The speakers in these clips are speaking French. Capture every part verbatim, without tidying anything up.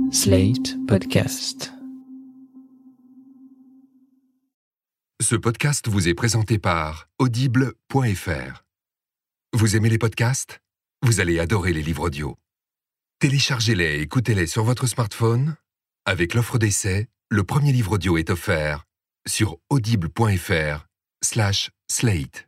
Slate Podcast. Ce podcast vous est présenté par audible point f r. Vous aimez les podcasts ? Vous allez adorer les livres audio. Téléchargez-les et écoutez-les sur votre smartphone. Avec l'offre d'essai, le premier livre audio est offert sur audible point f r slash slate.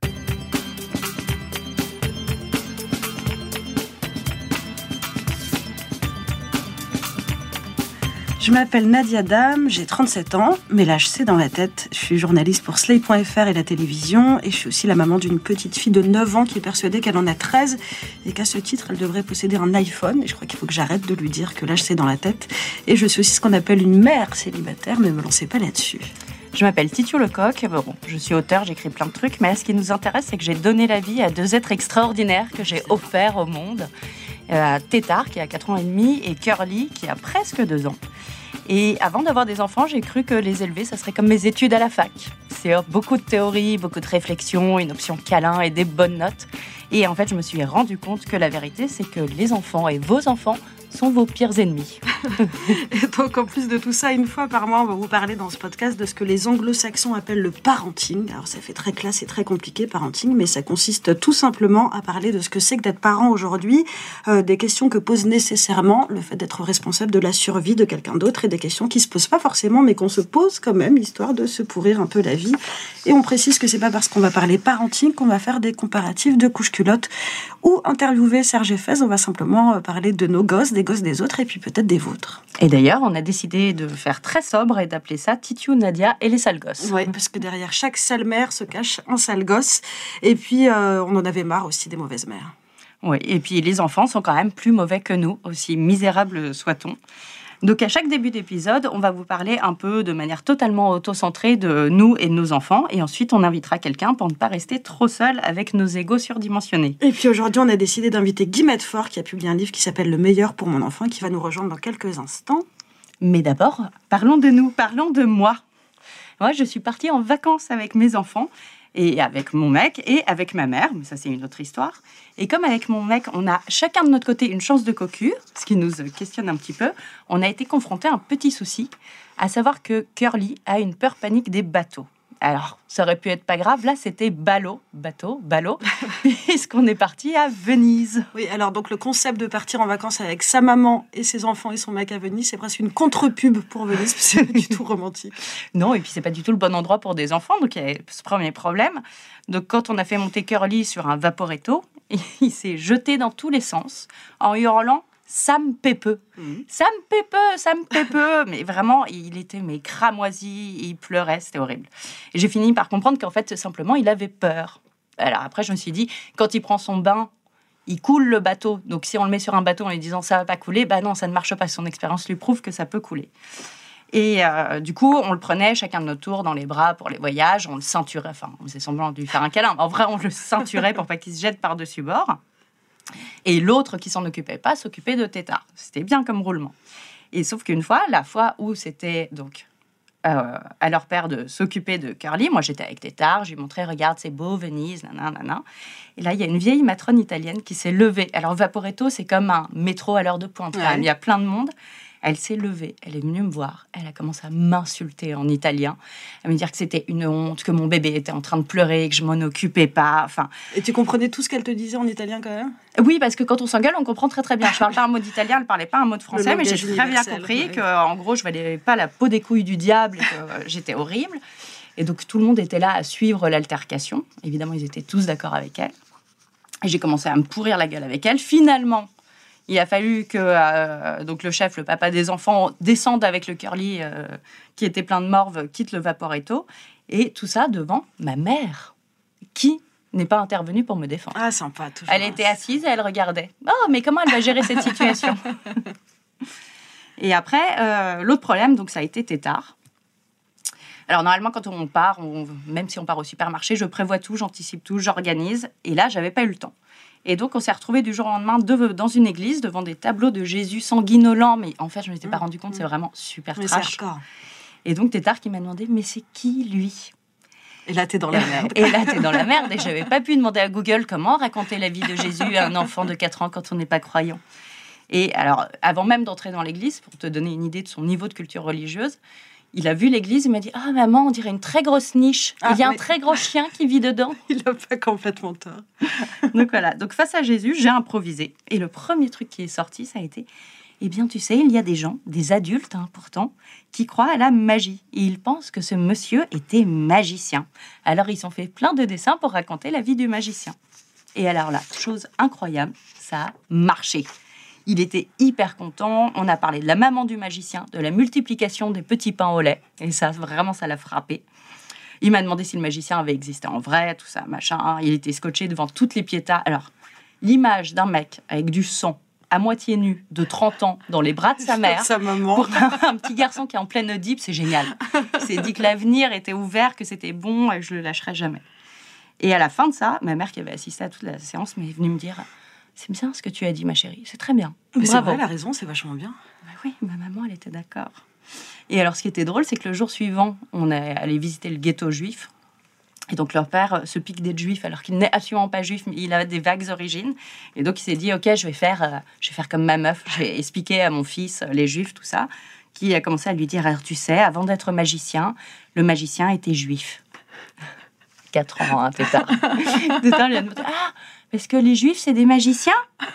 Je m'appelle Nadia Dam, j'ai trente-sept ans, mais là je sais dans la tête, je suis journaliste pour Slate point f r et la télévision, et je suis aussi la maman d'une petite fille de neuf ans qui est persuadée qu'elle en a treize, et qu'à ce titre elle devrait posséder un iPhone, et je crois qu'il faut que j'arrête de lui dire que là je sais dans la tête, et je suis aussi ce qu'on appelle une mère célibataire, mais ne me lancez pas là-dessus. Je m'appelle Titiou Lecoq, bon, je suis auteur, j'écris plein de trucs, mais là, ce qui nous intéresse, c'est que j'ai donné la vie à deux êtres extraordinaires que j'ai offerts au monde. Euh, Tétard, qui a quatre ans et demi, et Curly, qui a presque deux ans. Et avant d'avoir des enfants, j'ai cru que les élever, ça serait comme mes études à la fac. C'est beaucoup de théories, beaucoup de réflexions, une option câlin et des bonnes notes. Et en fait, je me suis rendu compte que la vérité, c'est que les enfants et vos enfants sont vos pires ennemis. Et donc, en plus de tout ça, une fois par mois, on va vous parler dans ce podcast de ce que les anglo-saxons appellent le parenting. Alors, ça fait très classe et très compliqué, parenting, mais ça consiste tout simplement à parler de ce que c'est que d'être parent aujourd'hui, euh, des questions que pose nécessairement le fait d'être responsable de la survie de quelqu'un d'autre et des questions qui se posent pas forcément, mais qu'on se pose quand même, histoire de se pourrir un peu la vie. Et on précise que c'est pas parce qu'on va parler parenting qu'on va faire des comparatifs de couches-culottes ou interviewer Serge Effez. On va simplement parler de nos gosses, des gosses des autres et puis peut-être des vôtres. Et d'ailleurs, on a décidé de faire très sobre et d'appeler ça Titiou, Nadia et les sales gosses. Oui, parce que derrière chaque sale mère se cache un sale gosse. Et puis, euh, on en avait marre aussi des mauvaises mères. Oui, et puis les enfants sont quand même plus mauvais que nous, aussi misérables soit-on. Donc à chaque début d'épisode, on va vous parler un peu de manière totalement auto-centrée de nous et de nos enfants. Et ensuite, on invitera quelqu'un pour ne pas rester trop seul avec nos égos surdimensionnés. Et puis aujourd'hui, on a décidé d'inviter Guy Medford, qui a publié un livre qui s'appelle « Le meilleur pour mon enfant » et qui va nous rejoindre dans quelques instants. Mais d'abord, parlons de nous, parlons de moi. Moi, je suis partie en vacances avec mes enfants, et avec mon mec, et avec ma mère, mais ça c'est une autre histoire. Et comme avec mon mec, on a chacun de notre côté une chance de cocu, ce qui nous questionne un petit peu, on a été confrontés à un petit souci, à savoir que Curly a une peur panique des bateaux. Alors, ça aurait pu être pas grave, là c'était ballot, bateau, ballot, puisqu'on est parti à Venise. Oui, alors donc le concept de partir en vacances avec sa maman et ses enfants et son mec à Venise, c'est presque une contre-pub pour Venise, c'est pas du tout romantique. Non, et puis c'est pas du tout le bon endroit pour des enfants, donc il y a ce premier problème. Donc quand on a fait monter Curly sur un vaporetto, il s'est jeté dans tous les sens, en hurlant « Ça me paie peu, ça me paie peu, ça me paie peu !» Mais vraiment, il était mais cramoisi, il pleurait, c'était horrible. Et j'ai fini par comprendre qu'en fait, simplement, il avait peur. Alors après, je me suis dit, quand il prend son bain, il coule le bateau. Donc si on le met sur un bateau en lui disant « ça va pas couler », bah non, ça ne marche pas. Son expérience lui prouve que ça peut couler. Et euh, du coup, on le prenait chacun de notre tour dans les bras pour les voyages, on le ceinturait, enfin, on faisait semblant de lui faire un câlin. En vrai, on le ceinturait pour pas qu'il se jette par-dessus bord. Et l'autre qui s'en occupait pas s'occupait de Tétard. C'était bien comme roulement. Et sauf qu'une fois, la fois où c'était donc euh, à leur père de s'occuper de Curly, moi j'étais avec Tétard, je lui montrais, regarde, c'est beau, Venise, nanana, nanana. Et là, il y a une vieille matrone italienne qui s'est levée. Alors, Vaporetto, c'est comme un métro à l'heure de pointe. Ouais. Il y a plein de monde. Elle s'est levée, elle est venue me voir, elle a commencé à m'insulter en italien, à me dire que c'était une honte, que mon bébé était en train de pleurer, que je m'en occupais pas, enfin... Et tu comprenais tout ce qu'elle te disait en italien quand même ? Oui, parce que quand on s'engueule, on comprend très très bien. Je parle pas un mot d'italien, elle parlait pas un mot de français, mais j'ai très bien compris ouais. qu'en gros, je valais pas la peau des couilles du diable et que j'étais horrible. Et donc tout le monde était là à suivre l'altercation. Évidemment, ils étaient tous d'accord avec elle. Et j'ai commencé à me pourrir la gueule avec elle. Finalement... Il a fallu que euh, donc le chef, le papa des enfants, descende avec le Curly euh, qui était plein de morve, quitte le Vaporetto. Et tout ça devant ma mère, qui n'est pas intervenue pour me défendre. Ah, sympa, toujours. Elle était assise et elle regardait. Oh, mais comment elle va gérer cette situation ? Et après, euh, l'autre problème, donc ça a été Tétard. Alors normalement, quand on part, on, même si on part au supermarché, je prévois tout, j'anticipe tout, j'organise. Et là, j'avais pas eu le temps. Et donc, on s'est retrouvés du jour au lendemain de, dans une église devant des tableaux de Jésus sanguinolents. Mais en fait, je ne m'étais pas rendu compte, c'est vraiment super mais trash. C'est et donc, Tétard qui m'a demandé, mais c'est qui, lui ? Et là, t'es dans la merde. Et là, t'es dans la merde. Et j'avais pas pu demander à Google comment raconter la vie de Jésus à un enfant de quatre ans quand on n'est pas croyant. Et alors, avant même d'entrer dans l'église, pour te donner une idée de son niveau de culture religieuse, il a vu l'église, il m'a dit « Ah, maman, on dirait une très grosse niche. Ah, il y a mais... un très gros chien qui vit dedans. » Il n'a pas complètement tort. Donc voilà, donc face à Jésus, j'ai improvisé. Et le premier truc qui est sorti, ça a été « Eh bien, tu sais, il y a des gens, des adultes hein, pourtant, qui croient à la magie. Et ils pensent que ce monsieur était magicien. Alors, ils ont fait plein de dessins pour raconter la vie du magicien. » Et alors là, chose incroyable, ça a marché. Il était hyper content. On a parlé de la maman du magicien, de la multiplication des petits pains au lait. Et ça, vraiment, ça l'a frappé. Il m'a demandé si le magicien avait existé en vrai, tout ça, machin. Il était scotché devant toutes les piétas. Alors, l'image d'un mec avec du sang, à moitié nu, de trente ans, dans les bras de sa mère, sa maman. Pour un, un petit garçon qui est en pleine Oedipe, c'est génial. Il s'est dit que l'avenir était ouvert, que c'était bon et que je le lâcherais jamais. Et à la fin de ça, ma mère qui avait assisté à toute la séance m'est venue me dire « C'est bien ce que tu as dit, ma chérie, c'est très bien. » Mais c'est vrai, elle a raison, c'est vachement bien. Ben oui, ma maman, elle était d'accord. Et alors, ce qui était drôle, c'est que le jour suivant, on est allé visiter le ghetto juif. Et donc, leur père se pique d'être juif, alors qu'il n'est absolument pas juif, mais il a des vagues origines. Et donc, il s'est dit « Ok, je vais faire, euh, je vais faire comme ma meuf, je vais expliquer à mon fils les juifs, tout ça. » Qui a commencé à lui dire « Alors, tu sais, avant d'être magicien, le magicien était juif. » quatre ans, hein, Tétard. Tétard lui a demandé « Ah, est-ce que les juifs, c'est des magiciens ?»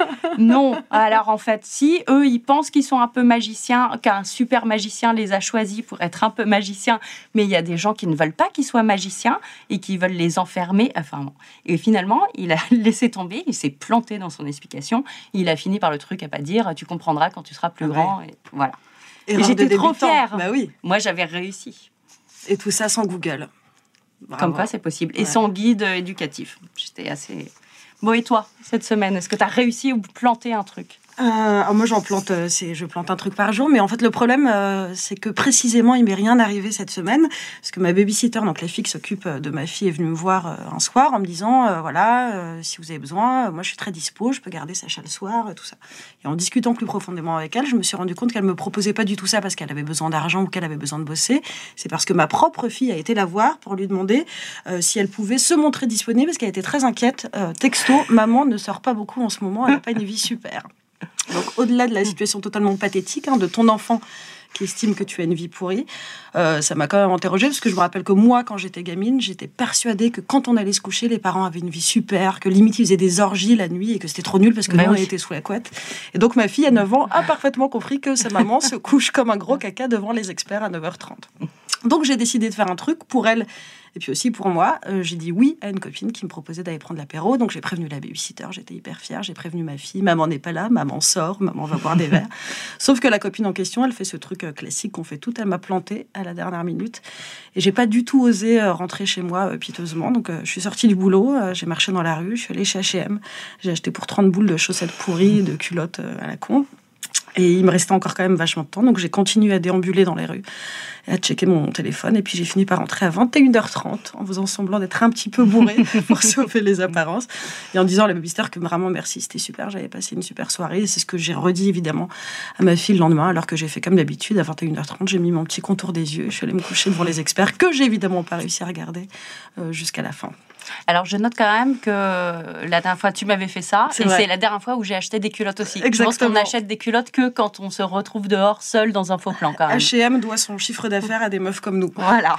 Non. Alors, en fait, si eux, ils pensent qu'ils sont un peu magiciens, qu'un super magicien les a choisis pour être un peu magiciens, mais il y a des gens qui ne veulent pas qu'ils soient magiciens et qui veulent les enfermer. Enfin, bon. Et finalement, il a laissé tomber, il s'est planté dans son explication. Il a fini par le truc à pas dire « Tu comprendras quand tu seras plus ah grand. Ouais. » Et voilà. Et, et j'étais trop fière. Bah oui. Moi, j'avais réussi. Et tout ça sans Google. Bravo. Comme quoi, c'est possible. Et ouais. sans guide éducatif. J'étais assez... Bon, et toi, cette semaine, est-ce que tu as réussi ou planté un truc ? Euh, moi, j'en plante, euh, c'est, je plante un truc par jour, mais en fait, le problème, euh, c'est que précisément, il m'est rien arrivé cette semaine, parce que ma babysitter, donc la fille qui s'occupe de ma fille, est venue me voir euh, un soir en me disant, euh, voilà, euh, si vous avez besoin, euh, moi, je suis très dispo, je peux garder Sacha le soir, et tout ça. Et en discutant plus profondément avec elle, je me suis rendu compte qu'elle me proposait pas du tout ça parce qu'elle avait besoin d'argent ou qu'elle avait besoin de bosser. C'est parce que ma propre fille a été la voir pour lui demander euh, si elle pouvait se montrer disponible, parce qu'elle était très inquiète. Euh, texto, maman ne sort pas beaucoup en ce moment, elle n'a pas une vie super. Donc, au-delà de la situation totalement pathétique hein, de ton enfant qui estime que tu as une vie pourrie, euh, ça m'a quand même interrogée parce que je me rappelle que moi, quand j'étais gamine, j'étais persuadée que quand on allait se coucher, les parents avaient une vie super, que limite ils faisaient des orgies la nuit et que c'était trop nul parce que bah nous, oui. on était sous la couette. Et donc, ma fille, à neuf ans, a parfaitement compris que sa maman se couche comme un gros caca devant les experts à neuf heures trente. Donc, j'ai décidé de faire un truc pour elle et puis aussi pour moi. Euh, j'ai dit oui à une copine qui me proposait d'aller prendre l'apéro. Donc, j'ai prévenu la babysitter, j'étais hyper fière. J'ai prévenu ma fille, maman n'est pas là, maman sort, maman va boire des verres. Sauf que la copine en question, elle fait ce truc euh, classique qu'on fait toutes. Elle m'a plantée à la dernière minute. Et j'ai pas du tout osé euh, rentrer chez moi euh, piteusement. Donc, euh, je suis sortie du boulot, euh, j'ai marché dans la rue, je suis allée chez H et M. J'ai acheté pour trente boules de chaussettes pourries, de culottes euh, à la con. Et il me restait encore quand même vachement de temps, donc j'ai continué à déambuler dans les rues et à checker mon téléphone. Et puis j'ai fini par rentrer à vingt et une heures trente en faisant semblant d'être un petit peu bourrée pour sauver les apparences. Et en disant à la babysitter que vraiment merci, c'était super, j'avais passé une super soirée. Et c'est ce que j'ai redit évidemment à ma fille le lendemain, alors que j'ai fait comme d'habitude. À vingt et une heures trente, j'ai mis mon petit contour des yeux. Je suis allée me coucher devant les experts que j'ai évidemment pas réussi à regarder euh, jusqu'à la fin. Alors, je note quand même que la dernière fois, tu m'avais fait ça. C'est et vrai. C'est la dernière fois où j'ai acheté des culottes aussi. Exactement. Je pense qu'on n'achète des culottes que quand on se retrouve dehors, seul, dans un faux plan, quand même. H et M doit son chiffre d'affaires à des meufs comme nous. Voilà.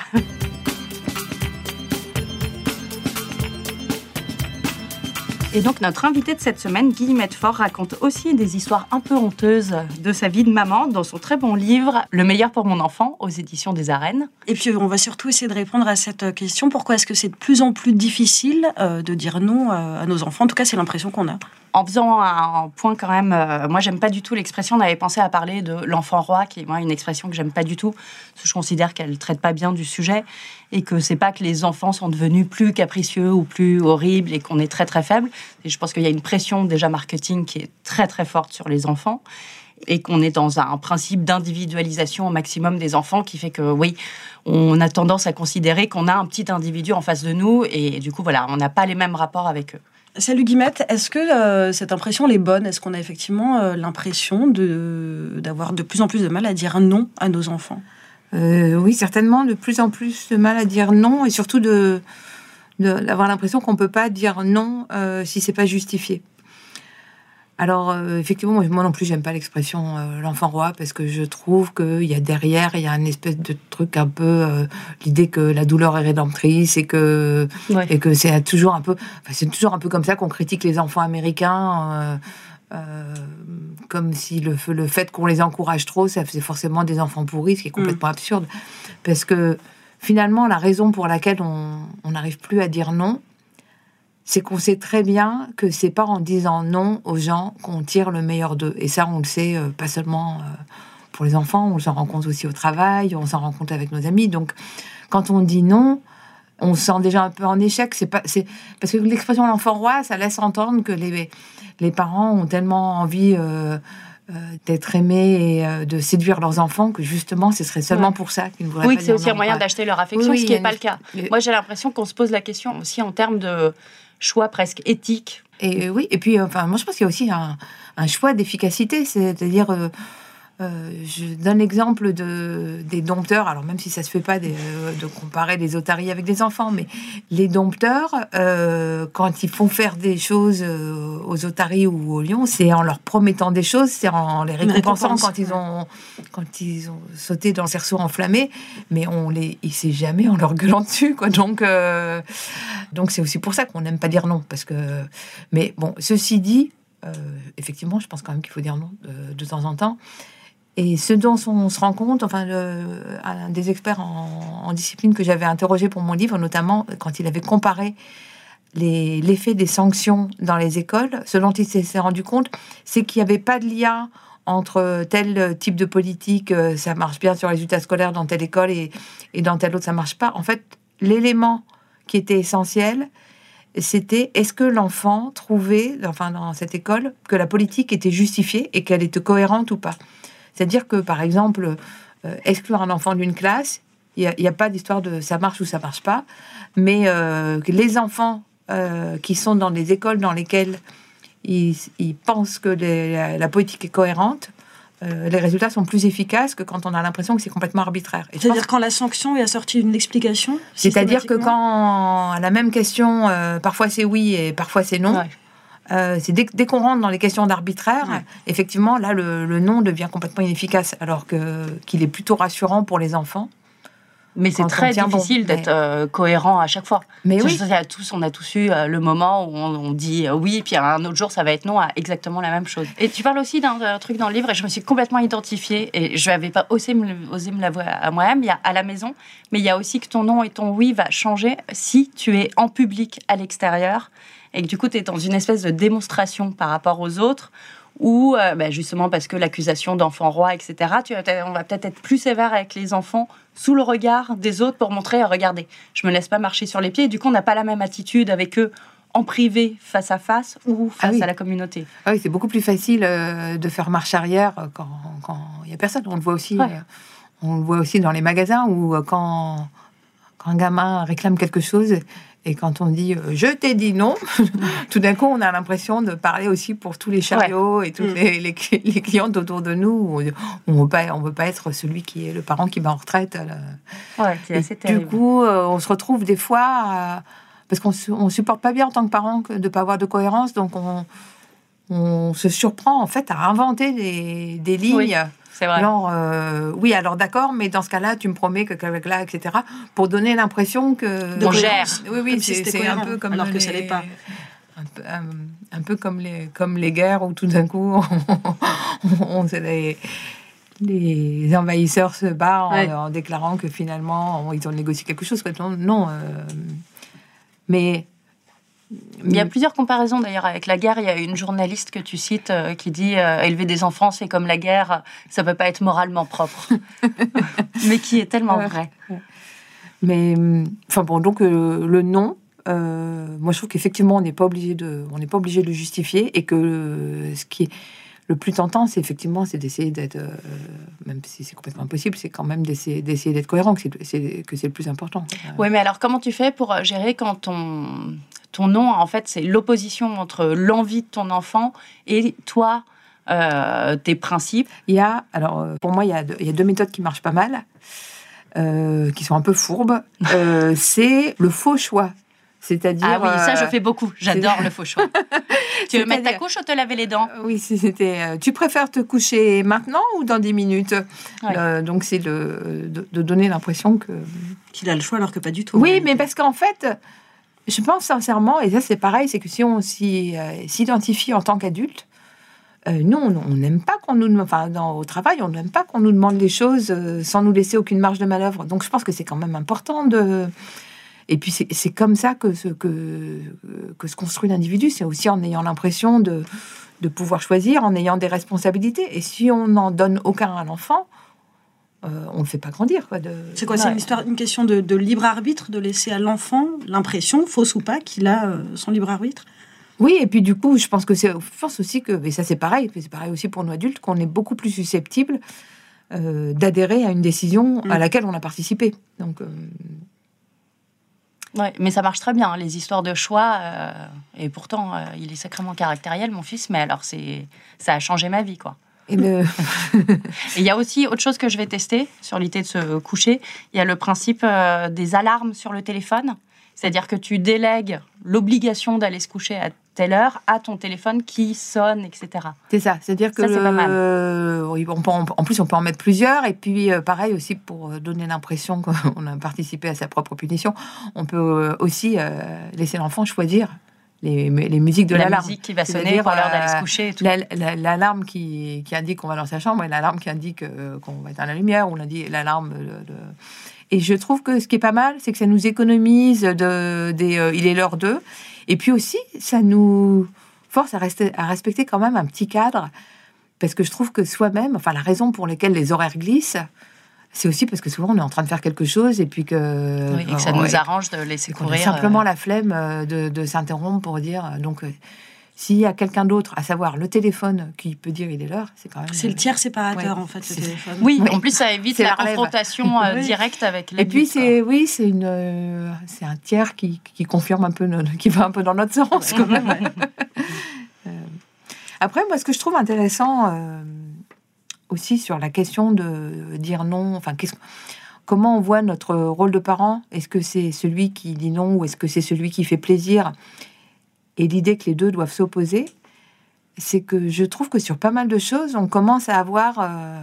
Et donc, notre invitée de cette semaine, Guillemette Faure, raconte aussi des histoires un peu honteuses de sa vie de maman dans son très bon livre « Le meilleur pour mon enfant » aux éditions des Arènes. Et puis, on va surtout essayer de répondre à cette question. Pourquoi est-ce que c'est de plus en plus difficile euh, de dire non euh, à nos enfants ? En tout cas, c'est l'impression qu'on a. En faisant un point quand même, euh, moi j'aime pas du tout l'expression, on avait pensé à parler de l'enfant roi, qui est moi une expression que j'aime pas du tout, parce que je considère qu'elle traite pas bien du sujet, et que c'est pas que les enfants sont devenus plus capricieux ou plus horribles et qu'on est très très faible. Et je pense qu'il y a une pression déjà marketing qui est très très forte sur les enfants, et qu'on est dans un principe d'individualisation au maximum des enfants qui fait que oui, on a tendance à considérer qu'on a un petit individu en face de nous, et du coup voilà, on n'a pas les mêmes rapports avec eux. Salut Guillemette, est-ce que euh, cette impression elle est bonne ? Est-ce qu'on a effectivement euh, l'impression de, d'avoir de plus en plus de mal à dire non à nos enfants ? euh, Oui, certainement, de plus en plus de mal à dire non, et surtout de, de, d'avoir l'impression qu'on ne peut pas dire non euh, si ce n'est pas justifié. Alors, euh, effectivement, moi non plus, j'aime pas l'expression euh, l'enfant roi, parce que je trouve qu'il y a derrière, il y a une espèce de truc un peu, euh, l'idée que la douleur est rédemptrice et que, ouais. et que c'est toujours un peu, enfin, c'est toujours un peu comme ça qu'on critique les enfants américains, euh, euh, comme si le, le fait qu'on les encourage trop, ça faisait forcément des enfants pourris, ce qui est complètement mmh. absurde. Parce que finalement, la raison pour laquelle on n'arrive plus à dire non, c'est qu'on sait très bien que c'est pas en disant non aux gens qu'on tire le meilleur d'eux. Et ça, on le sait euh, pas seulement euh, pour les enfants, on s'en rend compte aussi au travail, on s'en rend compte avec nos amis. Donc, quand on dit non, on se sent déjà un peu en échec. C'est pas, c'est, parce que l'expression l'enfant roi, ça laisse entendre que les, les parents ont tellement envie euh, euh, d'être aimés et euh, de séduire leurs enfants que justement, ce serait seulement ouais. pour ça qu'ils ne voudraient oui, pas que c'est dire aussi un non, moyen quoi. D'acheter leur affection, oui, oui, ce qui n'est pas le cas. Les... Moi, j'ai l'impression qu'on se pose la question aussi en termes de choix presque éthique. Et euh, oui, et puis, enfin, moi, je pense qu'il y a aussi un, un choix d'efficacité, c'est-à-dire, euh, euh, je donne l'exemple de, des dompteurs, alors même si ça se fait pas des, euh, de comparer les otaries avec des enfants, mais les dompteurs, euh, quand ils font faire des choses euh, aux otaries ou aux lions, c'est en leur promettant des choses, c'est en les récompensant récompense, quand, ouais. ils ont, quand ils ont sauté dans le cerceau enflammé, mais on les, il sait jamais en leur gueulant dessus, quoi. Donc, euh, donc c'est aussi pour ça qu'on n'aime pas dire non, parce que, mais bon, ceci dit, euh, effectivement, je pense quand même qu'il faut dire non de, de temps en temps. Et ce dont on se rend compte, enfin, le, un des experts en, en discipline que j'avais interrogé pour mon livre, notamment quand il avait comparé les, l'effet des sanctions dans les écoles, ce dont il s'est rendu compte, c'est qu'il n'y avait pas de lien entre tel type de politique, ça marche bien sur les résultats scolaires dans telle école et, et dans telle autre, ça ne marche pas. En fait, l'élément qui était essentiel, c'était est-ce que l'enfant trouvait, enfin, dans cette école, que la politique était justifiée et qu'elle était cohérente ou pas. C'est-à-dire que, par exemple, euh, exclure un enfant d'une classe, il n'y a, a pas d'histoire de ça marche ou ça marche pas, mais euh, que les enfants euh, qui sont dans des écoles dans lesquelles ils, ils pensent que les, la, la politique est cohérente, euh, les résultats sont plus efficaces que quand on a l'impression que c'est complètement arbitraire. Et c'est-à-dire quand la sanction est assortie d'une explication. C'est-à-dire que quand à la même question, euh, parfois c'est oui et parfois c'est non. Ouais. Euh, c'est dès, dès qu'on rentre dans les questions d'arbitraire, ouais. effectivement, là, le, le non devient complètement inefficace, alors que, qu'il est plutôt rassurant pour les enfants. Mais c'est très difficile bon. d'être mais... euh, cohérent à chaque fois. Mais oui. On a tous, on a tous eu euh, le moment où on, on dit euh, oui, puis un autre jour, ça va être non à exactement la même chose. Et tu parles aussi d'un, d'un truc dans le livre, et je me suis complètement identifiée, et je n'avais pas osé me, osé me l'avouer à moi-même, il y a à la maison, mais il y a aussi que ton non et ton oui va changer si tu es en public à l'extérieur, et que du coup, tu es dans une espèce de démonstration par rapport aux autres, ou euh, bah, justement parce que l'accusation d'enfant roi, et cetera, tu, on va peut-être être plus sévère avec les enfants sous le regard des autres pour montrer, regardez, je me laisse pas marcher sur les pieds, et du coup, on n'a pas la même attitude avec eux en privé, face à face, ou face ah oui. à la communauté. Ah oui, c'est beaucoup plus facile euh, de faire marche arrière quand il n'y a personne. On le voit aussi, ouais. euh, on le voit aussi dans les magasins, où euh, quand, quand un gamin réclame quelque chose... Et quand on dit euh, « je t'ai dit non », tout d'un coup, on a l'impression de parler aussi pour tous les chariots ouais. et tous mmh. les, les, les clients autour de nous. On ne veut pas, on veut pas être celui qui est le parent qui va en retraite. Là. Ouais, c'est assez terrible. Du coup, euh, on se retrouve des fois... À, parce qu'on ne supporte pas bien en tant que parent de ne pas avoir de cohérence. Donc, on, on se surprend en fait à inventer des, des lignes... Oui. C'est vrai. Genre, euh, oui, alors d'accord, mais dans ce cas-là, tu me promets que qu'avec là, et cetera, pour donner l'impression que... On gère. Oui, oui, c'est, si c'est un peu comme... Alors les, que ça l'est pas. Un peu, un, un peu comme, les, comme les guerres où tout d'un coup, on, on, les, les envahisseurs se barrent ouais. en, en déclarant que finalement, ils ont négocié quelque chose. Non, non euh, mais... Il y a plusieurs comparaisons d'ailleurs avec la guerre. Il y a une journaliste que tu cites euh, qui dit euh, élever des enfants, c'est comme la guerre, ça peut pas être moralement propre. Mais qui est tellement ouais. vrai. Mais enfin bon, donc euh, le non, euh, moi je trouve qu'effectivement on n'est pas obligé de, on n'est pas obligé de le justifier et que euh, ce qui est le plus tentant, c'est effectivement c'est d'essayer d'être, euh, même si c'est complètement impossible, c'est quand même d'essayer, d'essayer d'être cohérent, que c'est, c'est, que c'est le plus important. Oui, mais alors comment tu fais pour gérer quand ton, ton non, en fait, c'est l'opposition entre l'envie de ton enfant et toi, euh, tes principes? Il y a, alors pour moi, il y a deux, il y a deux méthodes qui marchent pas mal, euh, qui sont un peu fourbes. Euh, c'est le faux choix. C'est-à-dire. Ah oui, ça je euh, fais beaucoup. J'adore c'est- le faux choix. Tu veux mettre ta C'est-à-dire- couche ou te laver les dents? Oui, si c'était. euh, tu préfères te coucher maintenant ou dans dix minutes? Ouais. Le- Donc, c'est le, de, de donner l'impression que. Qu'il a le choix alors que pas du tout. Oui, en mais réalité. parce qu'en fait, je pense sincèrement, et ça c'est pareil, c'est que si on s'y, euh, s'identifie en tant qu'adulte, euh, nous, on on n'aime pas qu'on nous demande, enfin, dans, au travail, on n'aime pas qu'on nous demande les choses euh, sans nous laisser aucune marge de manœuvre. Donc, je pense que c'est quand même important de. Et puis, c'est, c'est comme ça que se, que, que se construit l'individu. C'est aussi en ayant l'impression de, de pouvoir choisir, en ayant des responsabilités. Et si on n'en donne aucun à l'enfant, euh, on ne le fait pas grandir. Quoi, de... C'est quoi? C'est Ouais. une, histoire, une question de, de libre arbitre, de laisser à l'enfant l'impression, fausse ou pas, qu'il a euh, son libre arbitre. Oui, et puis du coup, je pense que c'est, je pense aussi que, et ça c'est pareil, c'est pareil aussi pour nous adultes, qu'on est beaucoup plus susceptible euh, d'adhérer à une décision Mm. à laquelle on a participé. Donc, euh, Ouais, mais ça marche très bien, les histoires de choix. euh, et pourtant, euh, il est sacrément caractériel, mon fils. Mais alors, c'est, ça a changé ma vie, quoi. et le- Et il y a aussi autre chose que je vais tester sur l'idée de se coucher. Il y a le principe euh, des alarmes sur le téléphone. C'est-à-dire que tu délègues l'obligation d'aller se coucher à telle heure à ton téléphone qui sonne, et cetera. c'est ça, c'est-à-dire que Ça, c'est pas mal. euh, oui, on peut en, en plus on peut en mettre plusieurs, et puis euh, pareil aussi pour euh, donner l'impression qu'on a participé à sa propre punition, on peut euh, aussi euh, laisser l'enfant choisir les, les musiques de La l'alarme. musique qui va sonner C'est-à-dire, pour l'heure d'aller se euh, coucher et tout. La- la- L'alarme qui, qui indique qu'on va dans sa chambre et l'alarme qui indique euh, qu'on va éteindre la lumière, ou lundi- l'alarme de, de- Et je trouve que ce qui est pas mal, c'est que ça nous économise de, des euh, il est l'heure d'eux. Et puis aussi, ça nous force à, rester, à respecter quand même un petit cadre. Parce que je trouve que soi-même, enfin la raison pour laquelle les horaires glissent, c'est aussi parce que souvent on est en train de faire quelque chose et puis que... Oui, et que ça Ouais, nous arrange de laisser et qu'on a courir. simplement euh, la flemme euh, de, de s'interrompre pour dire. euh, Donc, euh, s'il y a quelqu'un d'autre, à savoir le téléphone, qui peut dire il est l'heure, c'est quand même. C'est le tiers séparateur, Ouais. en fait, le C'est- téléphone. Oui, Oui. en plus, ça évite C'est la la relève. confrontation euh, Oui. directe avec Et l'adulte. puis c'est oui, c'est une, euh, c'est un tiers qui, qui confirme un peu, notre- qui va un peu dans notre sens quand même. Euh, Après, moi, ce que je trouve intéressant euh, aussi sur la question de dire non, enfin, qu'est-ce, comment on voit notre rôle de parent? Est-ce que c'est celui qui dit non ou est-ce que c'est celui qui fait plaisir? Et l'idée que les deux doivent s'opposer, c'est que je trouve que sur pas mal de choses, on commence à avoir euh,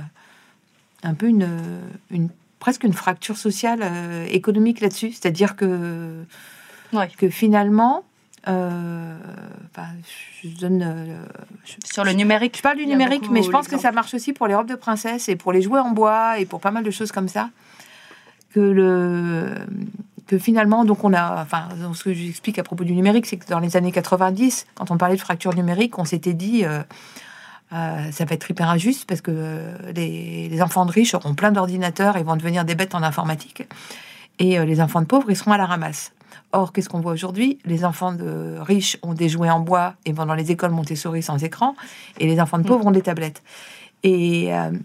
un peu une, une presque une fracture sociale, euh, économique là-dessus. C'est-à-dire que, Ouais. que finalement, euh, enfin, je donne... euh, je- Sur le numérique. je parle du Il y a numérique, beaucoup mais je pense que l'exemple. ça marche aussi pour les robes de princesse et pour les jouets en bois et pour pas mal de choses comme ça. Que le que finalement, donc on a, enfin, ce que j'explique à propos du numérique, c'est que dans les années quatre-vingt-dix, quand on parlait de fracture numérique, on s'était dit, euh, euh, ça va être hyper injuste parce que euh, les, les enfants de riches auront plein d'ordinateurs et vont devenir des bêtes en informatique, et euh, les enfants de pauvres, ils seront à la ramasse. Or, qu'est-ce qu'on voit aujourd'hui? Les enfants de riches ont des jouets en bois et vont dans les écoles Montessori sans écran, et les enfants de pauvres ont des tablettes. Et, euh,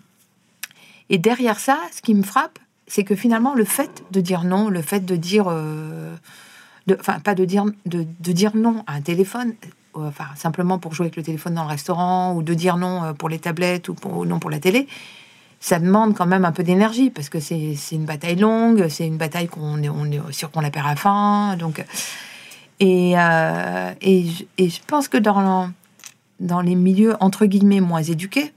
et derrière ça, ce qui me frappe, c'est que finalement, le fait de dire non, le fait de dire... euh, de- enfin, pas de dire, de, de dire non à un téléphone, euh, enfin, simplement pour jouer avec le téléphone dans le restaurant, ou de dire non euh, pour les tablettes, ou, pour, ou non pour la télé, ça demande quand même un peu d'énergie, parce que c'est c'est une bataille longue, c'est une bataille qu'on est, on est sûr qu'on la perd à la fin. Donc, et, euh, et, je- et je pense que dans, dans les milieux, entre guillemets, moins éduqués,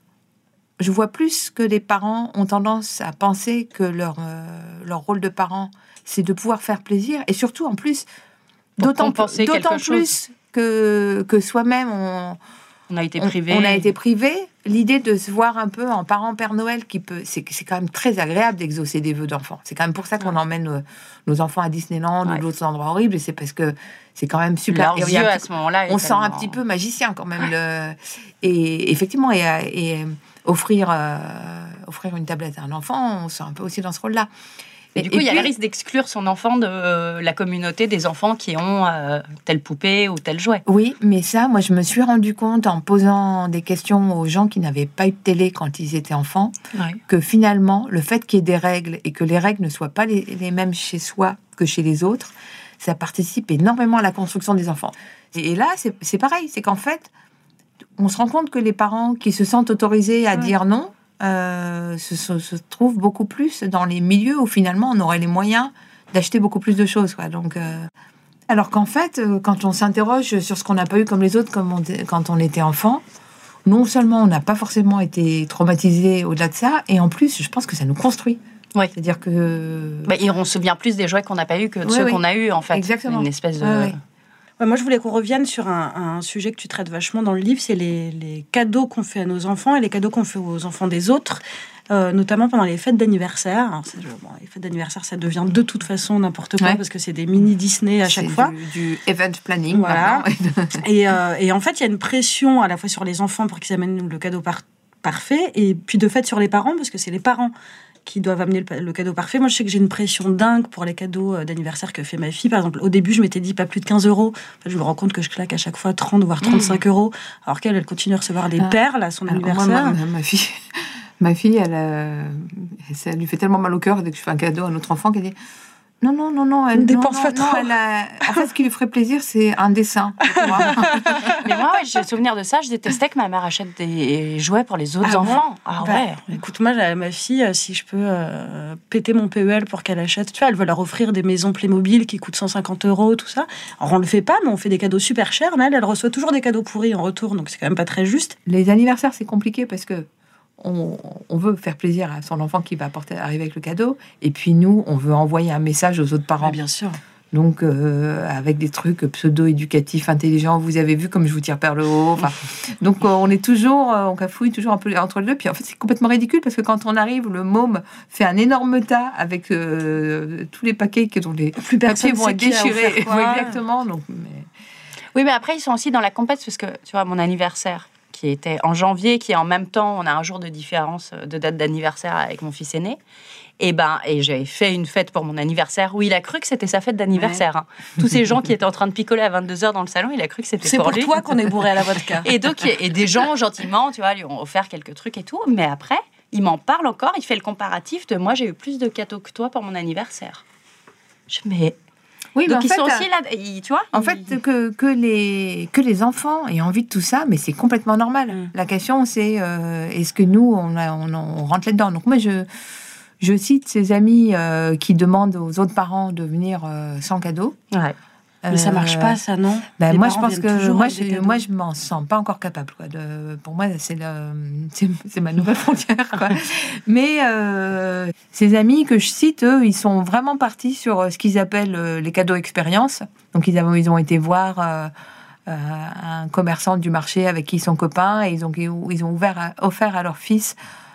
je vois plus que les parents ont tendance à penser que leur, euh, leur rôle de parent, c'est de pouvoir faire plaisir. Et surtout, en plus, Pour d'autant, compenser d'autant quelque plus que, que soi-même, on, On a été on- privé. on a été privé. L'idée de se voir un peu en parent Père Noël, qui peut, c'est, c'est quand même très agréable d'exaucer des vœux d'enfants. C'est quand même pour ça qu'on Ouais. emmène nos, nos enfants à Disneyland Ouais. ou d'autres endroits horribles. Et c'est parce que c'est quand même super. Leurs Et il y a yeux un à petit- ce moment-là. on est sent un tellement- petit peu magicien quand même. Le... Et effectivement, et, et offrir, euh, offrir une tablette à un enfant, on sent un peu aussi dans ce rôle-là. Et du coup, il y a puis- le risque d'exclure son enfant de euh, la communauté des enfants qui ont euh, telle poupée ou tel jouet. Oui, mais ça, moi, je me suis rendu compte en posant des questions aux gens qui n'avaient pas eu de télé quand ils étaient enfants, que finalement, le fait qu'il y ait des règles et que les règles ne soient pas les, les mêmes chez soi que chez les autres, ça participe énormément à la construction des enfants. Et, et là, c'est, c'est pareil, c'est qu'en fait, on se rend compte que les parents qui se sentent autorisés à Ouais. dire non euh, se, se, se trouvent beaucoup plus dans les milieux où finalement on aurait les moyens d'acheter beaucoup plus de choses, quoi. Donc, euh, Alors qu'en fait, quand on s'interroge sur ce qu'on n'a pas eu comme les autres comme on, quand on était enfant, non seulement on n'a pas forcément été traumatisé au-delà de ça, et en plus, je pense que ça nous construit. Oui. C'est-à-dire que... Bah, on se souvient plus des jouets qu'on n'a pas eu que de oui, ceux oui. qu'on a eu en fait. Exactement. Une espèce de... Oui, oui. Ouais, moi, je voulais qu'on revienne sur un, un sujet que tu traites vachement dans le livre, c'est les, les cadeaux qu'on fait à nos enfants et les cadeaux qu'on fait aux enfants des autres. Euh, notamment pendant les fêtes d'anniversaire. Alors, c'est, bon, les fêtes d'anniversaire, ça devient de toute façon n'importe quoi, ouais. parce que c'est des mini Disney à chaque c'est fois. Du, du event planning. Voilà. et, euh, et en fait, il y a une pression à la fois sur les enfants pour qu'ils amènent le cadeau par- parfait, et puis de fait sur les parents, parce que c'est les parents qui doivent amener le, le cadeau parfait. Moi, je sais que j'ai une pression dingue pour les cadeaux d'anniversaire que fait ma fille. Par exemple, au début, je m'étais dit pas plus de quinze euros. En fait, je me rends compte que je claque à chaque fois trente, voire trente-cinq mmh. euros, alors qu'elle, elle continue à recevoir des ah. perles à son alors, anniversaire. Moi, ma, ma fille... Ma fille, elle, euh, ça lui fait tellement mal au cœur dès que je fais un cadeau à notre enfant qu'elle dit non, non, non, non, elle ne dépense pas non, trop. Non, elle a... En fait, ce qui lui ferait plaisir, c'est un dessin. Mais moi, ouais, j'ai souvenir de ça. Je détestais que ma mère achète des jouets pour les autres ah enfants. Bon ah ouais. Bah, écoute, moi, ma fille, si je peux euh, péter mon P E L pour qu'elle achète, tu vois, elle veut leur offrir des maisons Playmobil qui coûtent cent cinquante euros, tout ça. Alors, on le fait pas, mais on fait des cadeaux super chers. Mais elle, elle reçoit toujours des cadeaux pourris en retour, donc c'est quand même pas très juste. Les anniversaires, c'est compliqué parce que On, on veut faire plaisir à son enfant qui va apporter, arriver avec le cadeau. Et puis nous, on veut envoyer un message aux autres parents. Mais bien sûr. Donc, euh, avec des trucs pseudo-éducatifs, intelligents. Vous avez vu comme je vous tire par le haut. Enfin, donc, euh, on est toujours, euh, on cafouille toujours un peu entre les deux. Puis en fait, c'est complètement ridicule parce que quand on arrive, le môme fait un énorme tas avec euh, tous les paquets dont les Plus papiers vont être déchirés. Exactement. Donc, mais... Oui, mais après, ils sont aussi dans la compète parce que, tu vois, mon anniversaire, qui était en janvier, qui est en même temps, on a un jour de différence de date d'anniversaire avec mon fils aîné. Et ben, et j'ai fait une fête pour mon anniversaire où il a cru que c'était sa fête d'anniversaire. Ouais. Hein. Tous ces gens qui étaient en train de picoler à vingt-deux heures dans le salon, il a cru que c'était c'est pour, pour lui. C'est pour toi qu'on est bourré à la vodka. Et donc, et des gens gentiment, tu vois, lui ont offert quelques trucs et tout. Mais après, il m'en parle encore. Il fait le comparatif de moi, j'ai eu plus de cadeaux que toi pour mon anniversaire. Je mais oui, donc mais ils en sont fait, aussi là, ils, tu vois. En ils... fait, que que les que les enfants aient envie de tout ça, mais c'est complètement normal. Mm. La question, c'est euh, est-ce que nous on, a, on, on rentre là-dedans. Donc moi, je je cite ces amis euh, qui demandent aux autres parents de venir euh, sans cadeau. Ouais. Mais ça marche pas, ça, non? Ben moi, je pense que moi, je, moi, je m'en sens pas encore capable. Quoi, de, pour moi, c'est, le, c'est, c'est ma nouvelle frontière. Quoi. Mais euh, ces amis que je cite, eux, ils sont vraiment partis sur ce qu'ils appellent les cadeaux expérience. Donc, ils, avaient, ils ont été voir euh, euh, un commerçant du marché avec qui ils sont copains et ils ont, ils ont ouvert, offert à leur fils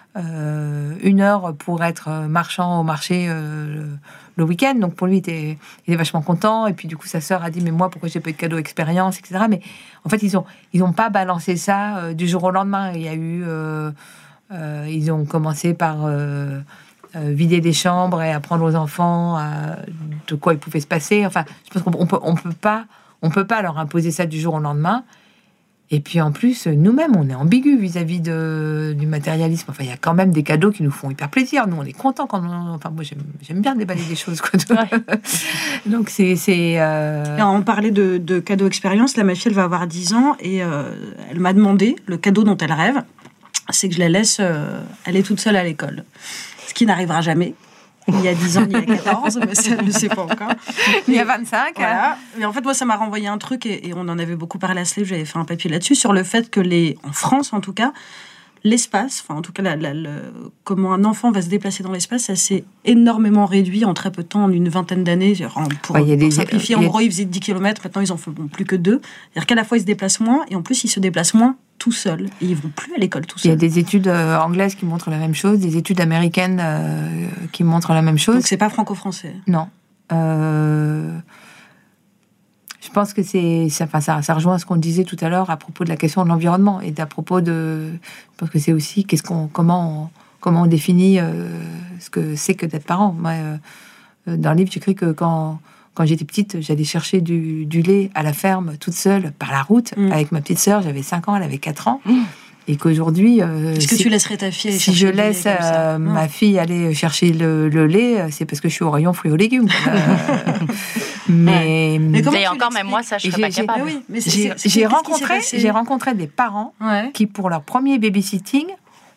euh, une heure pour être marchand au marché euh, le week-end, donc pour lui, il était, il était vachement content. Et puis du coup, sa sœur a dit, mais moi, pourquoi j'ai pas eu de cadeau expérience, et cetera. Mais en fait, ils ont, ils ont pas balancé ça euh, du jour au lendemain. Il y a eu, euh, euh, ils ont commencé par euh, euh, vider des chambres et apprendre aux enfants euh, de quoi il pouvait se passer. Enfin, je pense qu'on on peut, on peut pas, on peut pas leur imposer ça du jour au lendemain. Et puis en plus, nous-mêmes, on est ambigus vis-à-vis de, du matérialisme. Enfin, il y a quand même des cadeaux qui nous font hyper plaisir. Nous, on est contents quand on... Enfin, moi, j'aime, j'aime bien déballer des choses. Quoi. Ouais. Donc, c'est... c'est euh... Alors, on parlait de, de cadeaux expérience. Là, ma fille, elle va avoir dix ans et euh, elle m'a demandé le cadeau dont elle rêve. C'est que je la laisse euh, aller toute seule à l'école. Ce qui n'arrivera jamais. Il y a dix ans, il y a quatorze, mais ça, elle ne sait pas encore. Il y a vingt-cinq. Voilà. Hein. Mais en fait, moi, ça m'a renvoyé un truc, et, et on en avait beaucoup parlé à Slave, j'avais fait un papier là-dessus, sur le fait que, les, en France en tout cas, l'espace, enfin en tout cas, la, la, la, comment un enfant va se déplacer dans l'espace, ça s'est énormément réduit en très peu de temps, en une vingtaine d'années. Pour, ouais, pour des, simplifier, en gros, ils faisaient dix kilomètres, maintenant ils en font plus que deux. C'est-à-dire qu'à la fois, ils se déplacent moins, et en plus, ils se déplacent moins tout seuls. Et ils vont plus à l'école tout seuls. Il y a des études euh, anglaises qui montrent la même chose, des études américaines euh, qui montrent la même chose. Donc c'est pas franco-français. Non. Euh, je pense que c'est ça, enfin, ça, ça rejoint ce qu'on disait tout à l'heure à propos de la question de l'environnement et à propos de. Je pense que c'est aussi qu'est-ce qu'on, comment, on, comment on définit euh, ce que c'est que d'être parent. Moi, euh, dans le livre, j'écris que quand Quand j'étais petite, j'allais chercher du, du lait à la ferme, toute seule, par la route, mmh. avec ma petite sœur. J'avais cinq ans, elle avait quatre ans. Mmh. Et qu'aujourd'hui... Euh, Est-ce que si, tu laisserais ta fille aller si chercher je le lait laisse euh, ma fille aller chercher le, le lait, c'est parce que je suis au rayon fruits et légumes. euh, mais... mais et encore, même moi, ça, je ne serais pas j'ai, capable. Mais oui, mais c'est, j'ai, c'est, j'ai, rencontré, j'ai rencontré des parents ouais. qui, pour leur premier babysitting,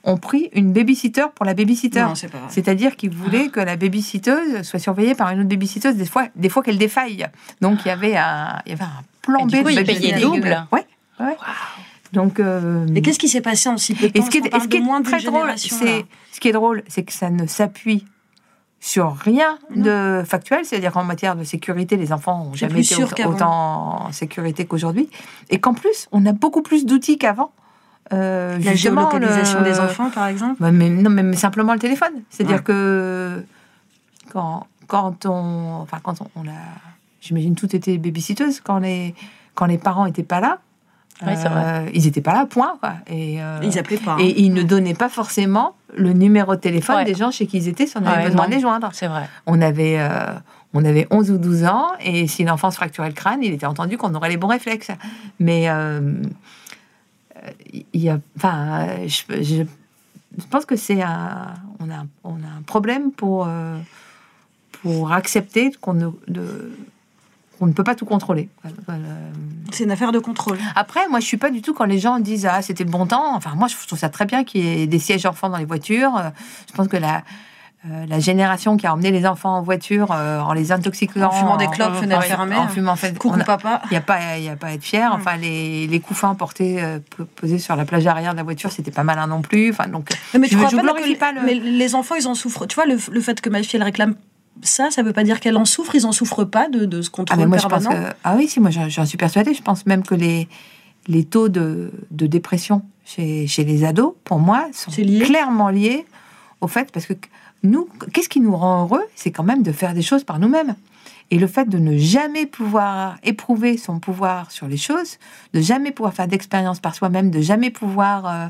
ont pris une babysitter pour la babysitter. Non, c'est pas vrai. C'est-à-dire qu'ils voulaient que la babysitteuse soit surveillée par une autre babysitteuse, des fois, des fois qu'elle défaille. Donc il y avait un, il y avait un plan B. Et du coup, de ils payaient babysitting. double. Ouais, ouais. Donc. Euh, Et qu'est-ce qui s'est passé en si peu de temps? et ce qui est, et ce qui est très drôle, c'est ce qui est drôle, c'est que ça ne s'appuie sur rien de factuel, c'est-à-dire qu'en matière de sécurité, les enfants n'ont jamais été autant, autant en sécurité qu'aujourd'hui, et qu'en plus, on a beaucoup plus d'outils qu'avant. Euh, La géolocalisation le... des enfants, par exemple. Bah, mais non, mais, mais simplement le téléphone. C'est-à-dire ouais. que quand, quand on, enfin quand on, on a, j'imagine tout était babysitteuse quand les quand les parents étaient pas là. Oui, c'est vrai. Euh, ils n'étaient pas là, point. Quoi. Et, euh, ils appelaient pas. Hein. Et ils ne donnaient pas forcément le numéro de téléphone ouais. des gens chez qui ils étaient si on avait ouais, besoin non. de les joindre. C'est vrai. On avait, euh, on avait onze ou douze ans, et si l'enfant se fracturait le crâne, il était entendu qu'on aurait les bons réflexes. Mais euh, il y a, enfin, je, je, je pense que c'est un, on a, on a un problème pour, euh, pour accepter qu'on ne... De, on ne peut pas tout contrôler. C'est une affaire de contrôle. Après, moi, je suis pas du tout quand les gens disent ah c'était le bon temps. Enfin, moi, je trouve ça très bien qu'il y ait des sièges enfants dans les voitures. Je pense que la euh, la génération qui a emmené les enfants en voiture euh, en les intoxiquant, en fumant des clopes, fenêtre fermée, en fumant fait, coucou papa. Il y a pas, il y a pas à être fier. Enfin, les les couffins portés euh, posés sur la plage arrière de la voiture, c'était pas malin non plus. Enfin, donc. Mais tu je, crois je pas, glorifie que pas le... Mais les enfants, ils en souffrent. Tu vois, le, le fait que ma fille elle réclame. Ça, ça veut pas dire qu'elle en souffre. Ils en souffrent pas de, de ce contrôle ah, moi, permanent. Je pense que, ah oui, si, moi j'en suis persuadée. Je pense même que les, les taux de, de dépression chez, chez les ados, pour moi, sont lié. clairement liés au fait, parce que nous, qu'est-ce qui nous rend heureux? C'est quand même de faire des choses par nous-mêmes. Et le fait de ne jamais pouvoir éprouver son pouvoir sur les choses, de jamais pouvoir faire d'expérience par soi-même, de jamais pouvoir, euh,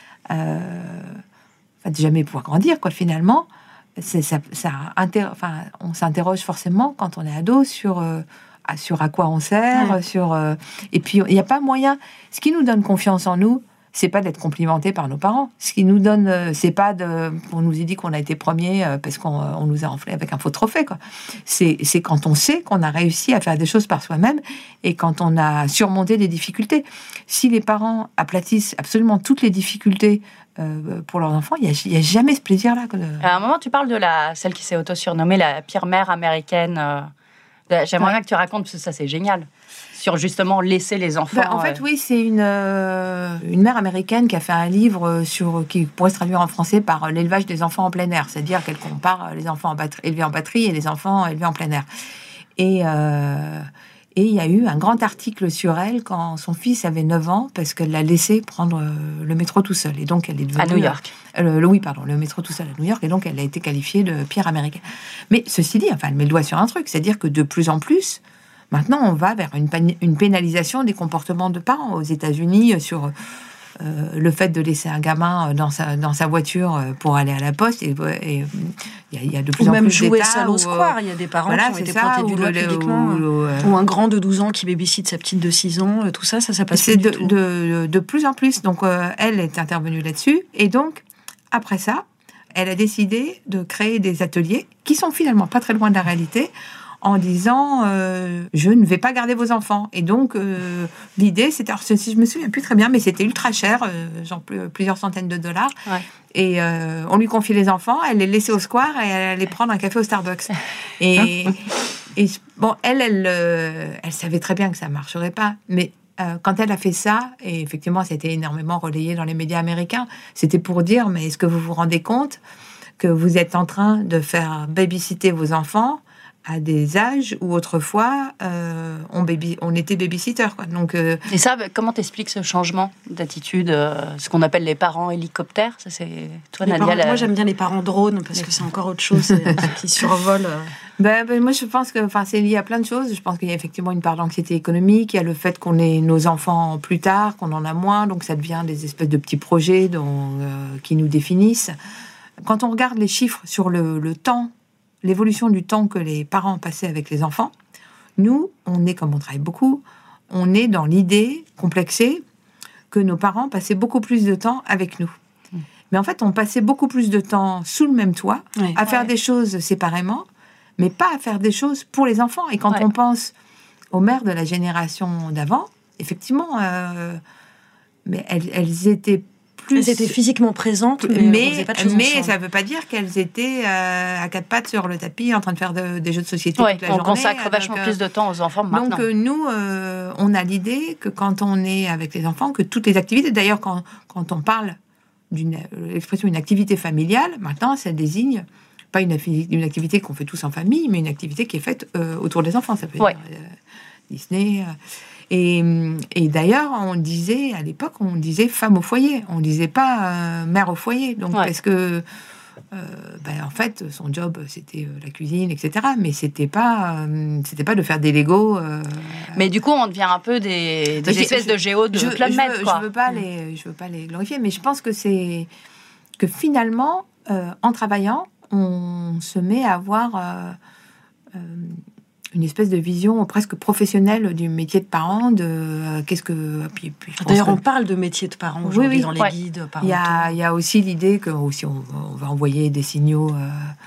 euh, de jamais pouvoir grandir, quoi, finalement. C'est, ça, ça inter... enfin, on s'interroge forcément quand on est ado sur, euh, sur à quoi on sert, mmh. sur, euh... et puis il n'y a pas moyen. Ce qui nous donne confiance en nous, c'est pas d'être complimenté par nos parents. Ce qui nous donne, euh, c'est pas de, on nous a dit qu'on a été premier euh, parce qu'on on nous a enflé avec un faux trophée, quoi. C'est, c'est quand on sait qu'on a réussi à faire des choses par soi-même et quand on a surmonté des difficultés. Si les parents aplatissent absolument toutes les difficultés Euh, pour leurs enfants, il n'y a, a jamais ce plaisir-là. De... À un moment, tu parles de la, celle qui s'est auto-surnommée la pire mère américaine. Euh, j'aimerais ouais. bien que tu racontes, parce que ça, c'est génial, sur justement laisser les enfants... Ben, en fait, euh... oui, c'est une, euh, une mère américaine qui a fait un livre sur, qui pourrait se traduire en français par l'élevage des enfants en plein air, c'est-à-dire qu'elle compare les enfants en batterie, élevés en batterie et les enfants élevés en plein air. Et... Euh, Et il y a eu un grand article sur elle quand son fils avait neuf ans, parce qu'elle l'a laissé prendre le métro tout seul. Et donc, elle est devenue... À New York. Euh, le, oui, pardon, le métro tout seul à New York. Et donc, elle a été qualifiée de pire américaine. Mais ceci dit, enfin, elle met le doigt sur un truc. C'est-à-dire que de plus en plus, maintenant, on va vers une, une pénalisation des comportements de parents. Aux États-Unis, sur... Euh, le fait de laisser un gamin dans sa, dans sa voiture pour aller à la poste, et il y, y a de plus ou en même plus jouer d'États seul au où, square. Il y a des parents voilà, qui ont été ça, pointés du doigt le, publiquement. Ou, ou, euh, ou un grand de douze ans qui babysite sa petite de six ans. Tout ça, ça, ça passe c'est pas de, du tout. De, de plus en plus. Donc, euh, elle est intervenue là-dessus. Et donc, après ça, elle a décidé de créer des ateliers qui sont finalement pas très loin de la réalité, en disant euh, je ne vais pas garder vos enfants. Et donc euh, l'idée c'était, alors, si je me souviens plus très bien, mais c'était ultra cher, euh, genre plusieurs centaines de dollars. Ouais. Et euh, on lui confie les enfants, elle les laissait au square et elle allait prendre un café au Starbucks. Et, et bon, elle, elle, euh, elle savait très bien que ça marcherait pas, mais euh, quand elle a fait ça, et effectivement, ça a été énormément relayé dans les médias américains, c'était pour dire, mais est-ce que vous vous rendez compte que vous êtes en train de faire babysitter vos enfants à des âges où autrefois euh, on, baby, on était babysitter, quoi. Donc, euh... Et ça, comment t'expliques ce changement d'attitude, euh, ce qu'on appelle les parents hélicoptères? Ça, c'est toi, les Nadia. Parents, la... Moi, j'aime bien les parents drones parce que c'est encore autre chose, c'est, qui survolent. Euh... Ben, ben, moi, je pense que, enfin, c'est lié à plein de choses. Je pense qu'il y a effectivement une part d'anxiété économique. Il y a le fait qu'on ait nos enfants plus tard, qu'on en a moins, donc ça devient des espèces de petits projets dont, euh, qui nous définissent. Quand on regarde les chiffres sur le, le temps, l'évolution du temps que les parents passaient avec les enfants, nous, on est, comme on travaille beaucoup, on est dans l'idée complexée que nos parents passaient beaucoup plus de temps avec nous. Mmh. Mais en fait, on passait beaucoup plus de temps sous le même toit, oui, à faire ouais. des choses séparément, mais pas à faire des choses pour les enfants. Et quand ouais. on pense aux mères de la génération d'avant, effectivement, euh, mais elles, elles étaient plus... Elles étaient physiquement présentes, mais, mais, on faisait pas de choses mais ensemble. ça ne veut pas dire qu'elles étaient euh, à quatre pattes sur le tapis en train de faire de, des jeux de société Ouais, toute la on journée. consacre vachement euh, plus de temps aux enfants maintenant. Donc euh, nous, euh, on a l'idée que quand on est avec les enfants, que toutes les activités, d'ailleurs quand, quand on parle d'une l'expression une activité familiale, maintenant ça désigne pas une, une activité qu'on fait tous en famille, mais une activité qui est faite euh, autour des enfants. Ça peut ouais. dire euh, Disney. Euh, et, et d'ailleurs, on disait, à l'époque, on disait femme au foyer. On disait pas euh, mère au foyer. Donc, ouais. parce que, euh, ben, en fait, son job, c'était euh, la cuisine, et cetera. Mais c'était pas, euh, c'était pas de faire des Legos. Euh, mais du coup, on devient un peu des, des espèces je, de géos de Club Med, je, quoi. Je veux pas les, je veux pas les glorifier, mais je pense que c'est que finalement, euh, en travaillant, on se met à avoir euh, euh, une espèce de vision presque professionnelle du métier de parent. De euh, qu'est-ce que puis, puis D'ailleurs, que... on parle de métier de parent aujourd'hui oui, oui, dans les ouais. guides parentaux. Il y a, il y a aussi l'idée que aussi on, on va envoyer des signaux euh,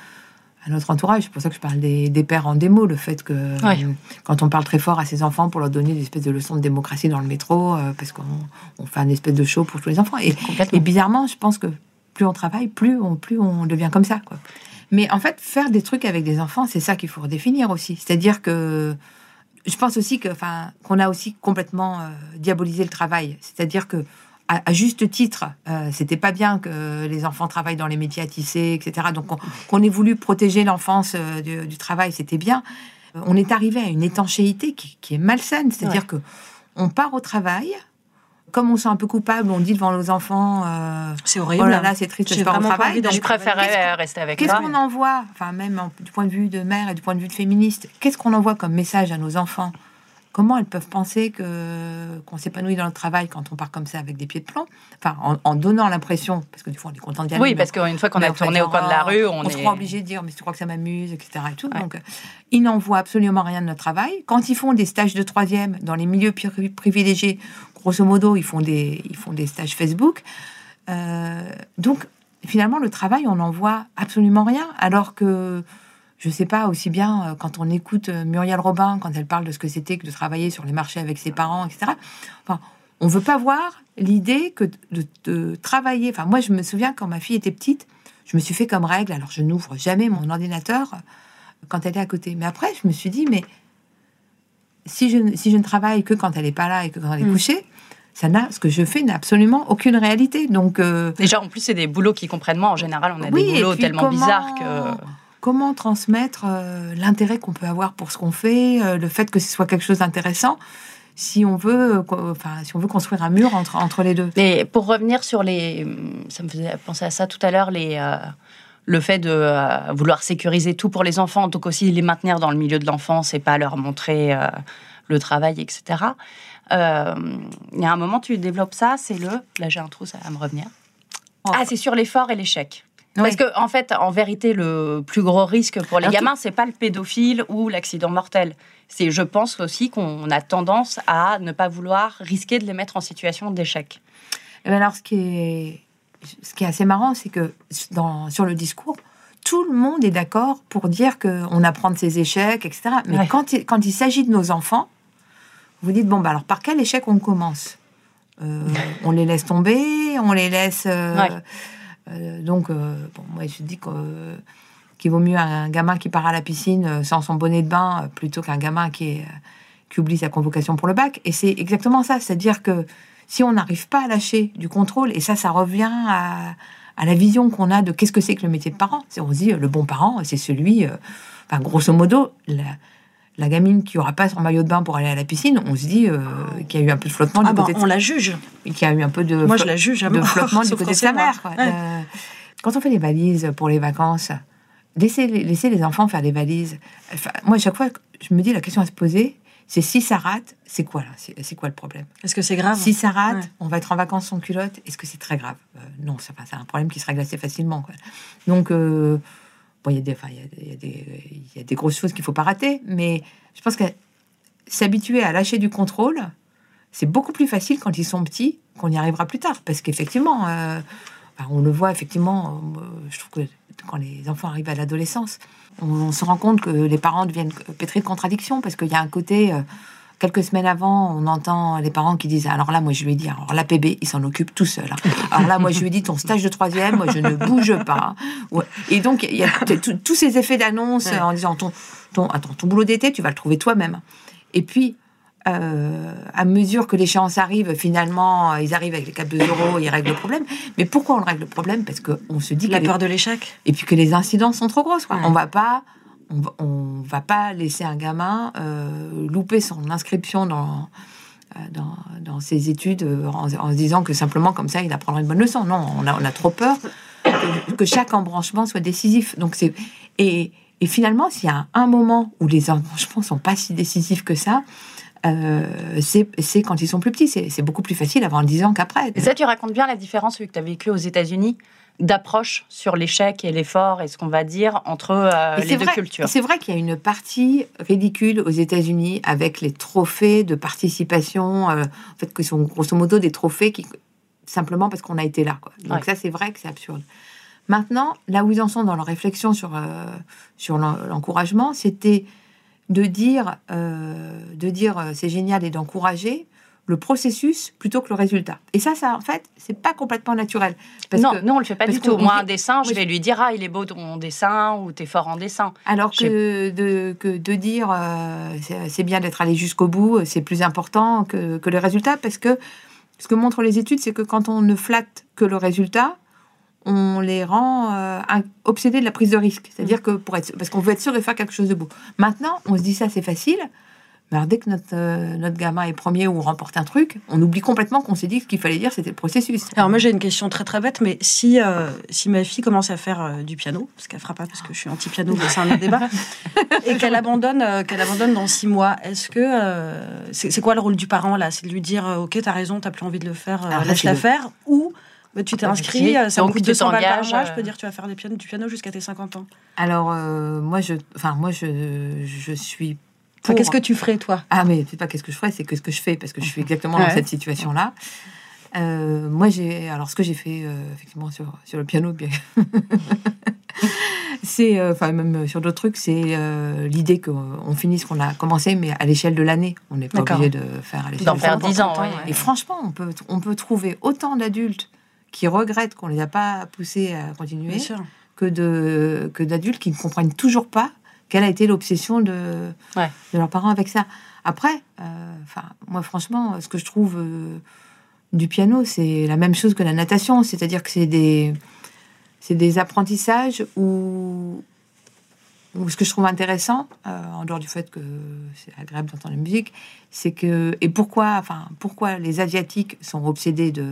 à notre entourage. C'est pour ça que je parle des, des pères en démo. Le fait que ouais. euh, quand on parle très fort à ses enfants pour leur donner des espèces de leçons de démocratie dans le métro, euh, parce qu'on on fait un espèce de show pour tous les enfants. Et, et bizarrement, je pense que plus on travaille, plus on, plus on devient comme ça, quoi. Mais en fait, faire des trucs avec des enfants, c'est ça qu'il faut redéfinir aussi. C'est-à-dire que je pense aussi que, enfin, qu'on a aussi complètement euh, diabolisé le travail. C'est-à-dire que, à, à juste titre, euh, c'était pas bien que les enfants travaillent dans les métiers à tisser, et cetera. Donc, on, qu'on ait voulu protéger l'enfance euh, du, du travail, c'était bien. Euh, on est arrivé à une étanchéité qui, qui est malsaine. C'est-à-dire ouais. que on part au travail. Comme on se sent un peu coupable, on dit devant nos enfants euh, c'est horrible. Oh là là, c'est triste, je pars au travail. Donc, je préférerais rester avec Qu'est-ce toi. qu'on envoie, enfin même en, du point de vue de mère et du point de vue de féministe, qu'est-ce qu'on envoie comme message à nos enfants? Comment elles peuvent penser que qu'on s'épanouit dans le travail quand on part comme ça avec des pieds de plomb? Enfin, en, en donnant l'impression, parce que des fois on est content d'y aller. Oui, parce qu'une fois qu'on a tourné au coin de la rue, on, on est... se croit obligé de dire mais tu crois que ça m'amuse, et cetera. Et tout. Ouais. Donc, ils n'envoient absolument rien de notre travail. Quand ils font des stages de troisième dans les milieux privilégiés, grosso modo, ils font des ils font des stages Facebook. Euh, donc, finalement, le travail, on n'en voit absolument rien, alors que je sais pas, aussi bien euh, quand on écoute euh, Muriel Robin, quand elle parle de ce que c'était que de travailler sur les marchés avec ses parents, et cetera. Enfin, on veut pas voir l'idée que de, de travailler... Enfin, moi, je me souviens, quand ma fille était petite, je me suis fait comme règle, alors je n'ouvre jamais mon ordinateur quand elle est à côté. Mais après, je me suis dit, mais si je, si je ne travaille que quand elle est pas là et que quand elle est mmh. couchée, ça n'a, ce que je fais n'a absolument aucune réalité. Donc, euh... Déjà, en plus, c'est des boulots qui comprennent moins. En général, on a oui, des boulots tellement comment... bizarres que... Comment transmettre euh, l'intérêt qu'on peut avoir pour ce qu'on fait, euh, le fait que ce soit quelque chose d'intéressant, si on veut, euh, enfin, si on veut construire un mur entre, entre les deux. Mais pour revenir sur les... Ça me faisait penser à ça tout à l'heure, les, euh, le fait de euh, vouloir sécuriser tout pour les enfants, donc aussi les maintenir dans le milieu de l'enfance et pas leur montrer euh, le travail, et cetera. Euh, il y a un moment, tu développes ça, c'est le... Là, j'ai un trou, ça va me revenir. Oh. Ah, c'est sur l'effort et l'échec. Parce oui. que, en fait, en vérité, le plus gros risque pour les Alors, gamins, tout... c'est pas le pédophile ou l'accident mortel. C'est, je pense aussi qu'on a tendance à ne pas vouloir risquer de les mettre en situation d'échec. Et bien alors, ce qui est, ce qui est assez marrant, c'est que dans, sur le discours, tout le monde est d'accord pour dire qu'on apprend de ses échecs, et cetera. Mais ouais. quand, il, quand il s'agit de nos enfants, vous dites, bon, bah, alors par quel échec on commence euh, On les laisse tomber, on les laisse... Euh, ouais. Euh, donc, euh, bon, moi, je dis que, euh, qu'il vaut mieux un gamin qui part à la piscine euh, sans son bonnet de bain euh, plutôt qu'un gamin qui, est, euh, qui oublie sa convocation pour le bac. Et c'est exactement ça. C'est-à-dire que si on n'arrive pas à lâcher du contrôle, et ça, ça revient à, à la vision qu'on a de qu'est-ce que c'est que le métier de parent. C'est, on se dit, euh, le bon parent, c'est celui... Euh, enfin, grosso modo, la, la gamine qui n'aura pas son maillot de bain pour aller à la piscine, on se dit euh, qu'il y a eu un peu de flottement ah du ben, côté de... on la juge. Qu'il y a eu un peu de, moi, je la juge, de flottement du côté de sa mère. Ouais. Euh, quand on fait les valises pour les vacances, laisser, laisser les enfants faire des valises. Enfin, moi, à chaque fois, je me dis, la question à se poser, c'est si ça rate, c'est quoi là c'est, c'est quoi le problème? Est-ce que c'est grave? Si ça rate, ouais. on va être en vacances sans culotte, est-ce que c'est très grave? euh, Non, c'est, enfin, c'est un problème qui se règle assez facilement, quoi. Donc... Euh, Bon, il y a des, enfin, il y a, il y a des, il y a des grosses choses qu'il ne faut pas rater, mais je pense que s'habituer à lâcher du contrôle, c'est beaucoup plus facile quand ils sont petits qu'on y arrivera plus tard. Parce qu'effectivement, euh, enfin, on le voit, effectivement, euh, je trouve que quand les enfants arrivent à l'adolescence, on, on se rend compte que les parents deviennent pétris de contradictions, parce qu'il y a un côté... Euh, quelques semaines avant, on entend les parents qui disent « Alors là, moi, je lui ai dit, alors l'A P B, il s'en occupe tout seul. Hein. Alors là, moi, je lui ai dit, ton stage de troisième, moi, je ne bouge pas. Ouais. » Et donc, il y a tous ces effets d'annonce ouais. en disant ton, ton, « Attends, ton boulot d'été, tu vas le trouver toi-même. » Et puis, euh, à mesure que l'échéance arrive, finalement, ils arrivent avec les quatre euros, ils règlent le problème. Mais pourquoi on règle le problème ? Parce qu'on se dit La que peur les... de l'échec. Et puis que les incidences sont trop grosses. Quoi. Ouais. On va pas... On va, on va pas laisser un gamin euh, louper son inscription dans, euh, dans, dans ses études euh, en, en se disant que simplement comme ça il apprendra une bonne leçon. Non, on a, on a trop peur que, que chaque embranchement soit décisif. Donc c'est, et, et finalement, s'il y a un moment où les embranchements sont pas si décisifs que ça, euh, c'est, c'est quand ils sont plus petits. C'est, c'est beaucoup plus facile avant dix ans qu'après. Et ça, tu racontes bien la différence, vu que tu as vécu aux États-Unis, d'approche sur l'échec et l'effort et ce qu'on va dire entre euh, les deux vrai, cultures. C'est vrai qu'il y a une partie ridicule aux États-Unis avec les trophées de participation, euh, en fait, qui sont grosso modo des trophées qui, simplement parce qu'on a été là. Quoi. Donc ouais. ça, c'est vrai que c'est absurde. Maintenant, là où ils en sont dans leur réflexion sur, euh, sur l'encouragement, c'était de dire, euh, de dire euh, c'est génial et d'encourager le processus plutôt que le résultat. Et ça, ça en fait, c'est pas complètement naturel. Parce non, que, non, on le fait pas du tout. Moi, un dessin, je oui, vais lui dire, ah, il est beau ton dessin, ou t'es fort en dessin. Alors que de, que de dire, euh, c'est, c'est bien d'être allé jusqu'au bout, c'est plus important que, que le résultat, parce que ce que montrent les études, c'est que quand on ne flatte que le résultat, on les rend euh, obsédés de la prise de risque. C'est-à-dire que pour être, parce qu'on veut être sûr de faire quelque chose de beau. Maintenant, on se dit ça, c'est facile. Mais alors, dès que notre, euh, notre gamin est premier ou remporte un truc, on oublie complètement qu'on s'est dit que ce qu'il fallait dire, c'était le processus. Alors moi, j'ai une question très très bête, mais si, euh, si ma fille commence à faire euh, du piano, parce qu'elle fera pas, parce que je suis anti-piano, mais c'est un autre débat, et qu'elle abandonne, euh, qu'elle abandonne dans six mois, est-ce que... Euh, c'est, c'est quoi le rôle du parent, là ? C'est de lui dire, euh, ok, t'as raison, t'as plus envie de le faire, euh, laisse-la le... faire, ou... Bah, tu t'es inscrit, ça me coûte deux cents balles par mois, je peux dire tu vas faire du piano, du piano jusqu'à tes cinquante ans. Alors, euh, moi, je, enfin, moi je, je suis... Enfin, qu'est-ce que tu ferais, toi ? Ah, mais c'est pas qu'est-ce que je ferais, c'est que ce que je fais, parce que je suis exactement dans ouais. cette situation-là. Euh, moi, j'ai... Alors, ce que j'ai fait, euh, effectivement, sur, sur le piano, bien... c'est... Enfin, euh, même sur d'autres trucs, c'est euh, l'idée qu'on finisse ce qu'on a commencé, mais à l'échelle de l'année. On n'est pas D'accord. obligé de faire à l'échelle D'en de faire dix ans, oui. Et franchement, on peut, on peut trouver autant d'adultes qui regrettent qu'on les a pas poussés à continuer que, de, que d'adultes qui ne comprennent toujours pas quelle a été l'obsession de, ouais. de leurs parents avec ça. Après, enfin, euh, moi, franchement, ce que je trouve euh, du piano, c'est la même chose que la natation. C'est-à-dire que c'est des, c'est des apprentissages où, où ce que je trouve intéressant, euh, en dehors du fait que c'est agréable d'entendre la musique, c'est que... Et pourquoi, enfin, pourquoi les Asiatiques sont obsédés de,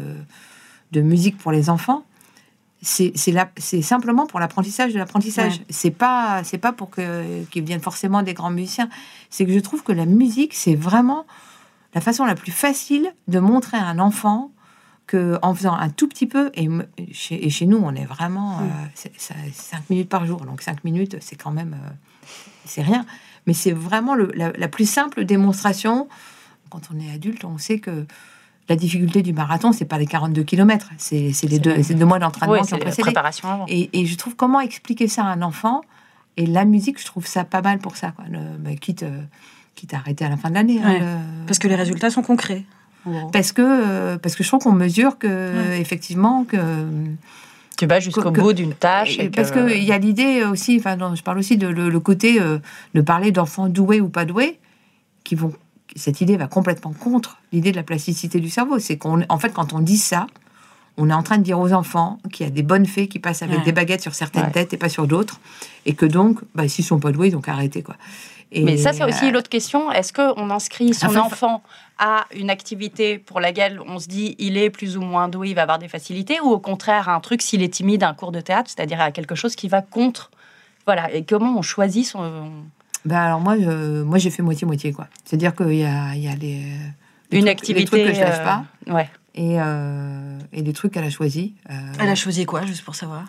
de musique pour les enfants ? C'est, c'est, la, c'est simplement pour l'apprentissage de l'apprentissage. Ouais. C'est pas, c'est pas pour que, qu'ils deviennent forcément des grands musiciens. C'est que je trouve que la musique, c'est vraiment la façon la plus facile de montrer à un enfant qu'en faisant un tout petit peu, et chez, et chez nous, on est vraiment... Mm. Euh, c'est, c'est cinq minutes par jour. Donc cinq minutes, c'est quand même... Euh, c'est rien. Mais c'est vraiment le, la, la plus simple démonstration. Quand on est adulte, on sait que la difficulté du marathon, c'est pas les quarante-deux kilomètres, c'est, c'est les deux, c'est deux mois d'entraînement oui, qui ont précédé. Préparation avant. Et, et je trouve comment expliquer ça à un enfant, et la musique, je trouve ça pas mal pour ça, quoi. Le, bah, quitte, euh, quitte à arrêter à la fin de l'année. Ouais, hein, le... Parce que les résultats sont concrets. Parce que, euh, parce que je trouve qu'on mesure que, ouais. effectivement, que... Tu vas jusqu'au que, bout d'une tâche. Et parce que... qu'il y a l'idée aussi, enfin, je parle aussi de le, le côté euh, de parler d'enfants doués ou pas doués, qui vont... Cette idée va complètement contre l'idée de la plasticité du cerveau. C'est qu'en en fait, quand on dit ça, on est en train de dire aux enfants qu'il y a des bonnes fées qui passent avec ouais. des baguettes sur certaines ouais. têtes et pas sur d'autres, et que donc, bah, s'ils sont pas doués, donc arrêtez, quoi. Et mais ça, c'est aussi euh... l'autre question. Est-ce qu'on inscrit son enfin, enfant à une activité pour laquelle on se dit il est plus ou moins doué, il va avoir des facilités, ou au contraire à un truc, s'il est timide, à un cours de théâtre, c'est-à-dire à quelque chose qui va contre... Voilà. Et comment on choisit son... Ben alors moi, je, moi j'ai fait moitié-moitié, quoi. C'est-à-dire qu'il y a, il y a les, les, une trucs, activité, les trucs que je lâche euh, pas, ouais. et, euh, et des trucs qu'elle a choisis. Euh, elle a choisi quoi, juste pour savoir?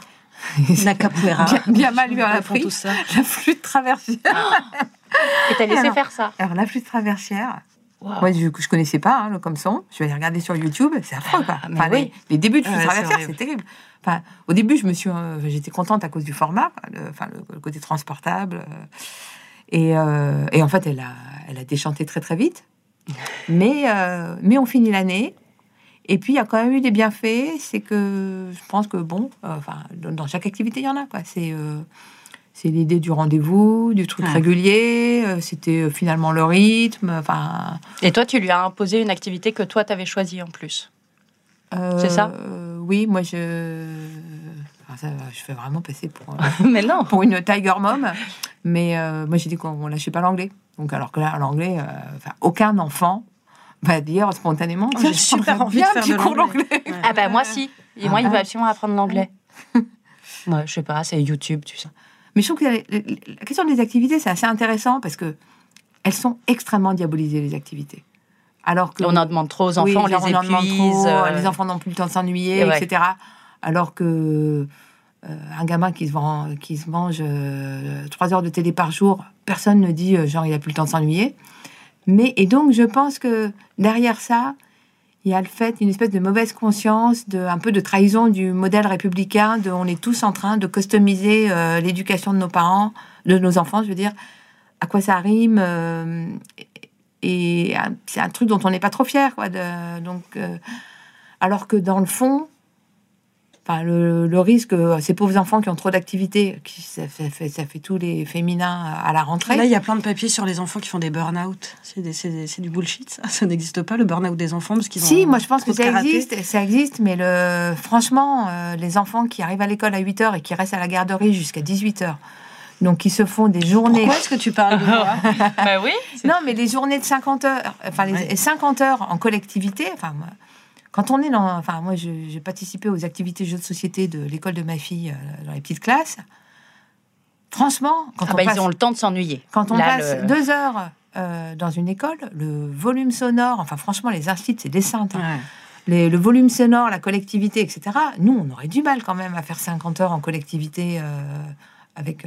La capoeira. Bien, bien mal lui en a pris. Tout ça. La flûte traversière. Oh. Et t'as laissé alors, faire ça? Alors la flûte traversière. Wow. Moi, je, je connaissais pas hein, le comme son. Je vais aller regarder sur YouTube. C'est affreux, quoi. Ah, enfin, oui. les, les débuts de flûte ouais, traversière, c'est, c'est terrible. Enfin, au début, je me suis, euh, j'étais contente à cause du format, le, enfin le, le côté transportable. Euh, Et, euh, et en fait, elle a, elle a déchanté très très vite. Mais, euh, mais on finit l'année. Et puis, il y a quand même eu des bienfaits. C'est que je pense que, bon, euh, enfin, dans chaque activité, il y en a, quoi. C'est, euh, c'est l'idée du rendez-vous, du truc Ouais. régulier. Euh, c'était euh, finalement le rythme. Enfin, Et toi, tu lui as imposé une activité que toi, t'avais choisie en plus. euh, C'est ça euh, Oui, moi, je... Enfin, ça, je fais vraiment passer pour, euh, Mais non. pour une tiger mom. Mais euh, moi, j'ai dit qu'on ne lâchait pas l'anglais. Donc, alors que là, l'anglais, euh, enfin, aucun enfant va dire spontanément Oh, tiens, j'ai je super prendrais envie bien de un faire petit de cours l'anglais. d'anglais. Ouais. Ah bah moi si. Et moi, il Ah. veut absolument apprendre l'anglais. Ouais, je sais pas, c'est YouTube, tu sais. Mais je trouve que la, la- la question des activités, c'est assez intéressant parce que elles sont extrêmement diabolisées, les activités. Alors que On en demande trop aux enfants, oui, on genre, les en demande épuise. trop, euh, les enfants n'ont plus le temps de s'ennuyer, Et ouais. et cetera. Alors que euh, un gamin qui se, vend, qui se mange euh, trois heures de télé par jour, personne ne dit euh, genre il a plus le temps de s'ennuyer. Mais et donc je pense que derrière ça, il y a le fait une espèce de mauvaise conscience, de un peu de trahison du modèle républicain, de on est tous en train de customiser euh, l'éducation de nos parents, de nos enfants, je veux dire, à quoi ça rime. Euh, et, et c'est un truc dont on n'est pas trop fier, quoi. De, donc, euh, alors que dans le fond, enfin, le, le risque, euh, ces pauvres enfants qui ont trop d'activités, qui, ça, fait, fait- ça fait tous les féminins à la rentrée. Là, il y a plein de papiers sur les enfants qui font des burn-out. C'est, des- c'est, des- c'est du bullshit, ça. Ça n'existe pas, le burn-out des enfants, parce qu'ils ont Si, moi je pense trop que de ça karaté. existe, ça existe, mais le, franchement, euh, les enfants qui arrivent à l'école à huit heures et qui restent à la garderie jusqu'à dix-huit heures, donc qui se font des journées... Pourquoi est-ce que tu parles de moi? Bah oui. Non, mais les journées de cinquante heures, enfin les Ouais. cinquante heures en collectivité, enfin moi, quand on est dans, enfin moi je- j'ai participé aux activités jeux de société de l'école de ma fille euh, dans les petites classes. Franchement, quand Ah on bah, passe, ils ont le temps de s'ennuyer. quand on Là, passe le- deux heures euh, dans une école, le volume sonore, enfin franchement les instituts c'est des saintes. hein. Ouais. Les- le volume sonore, la collectivité, et cetera. Nous, on aurait du mal quand même à faire cinquante heures en collectivité euh, avec. euh,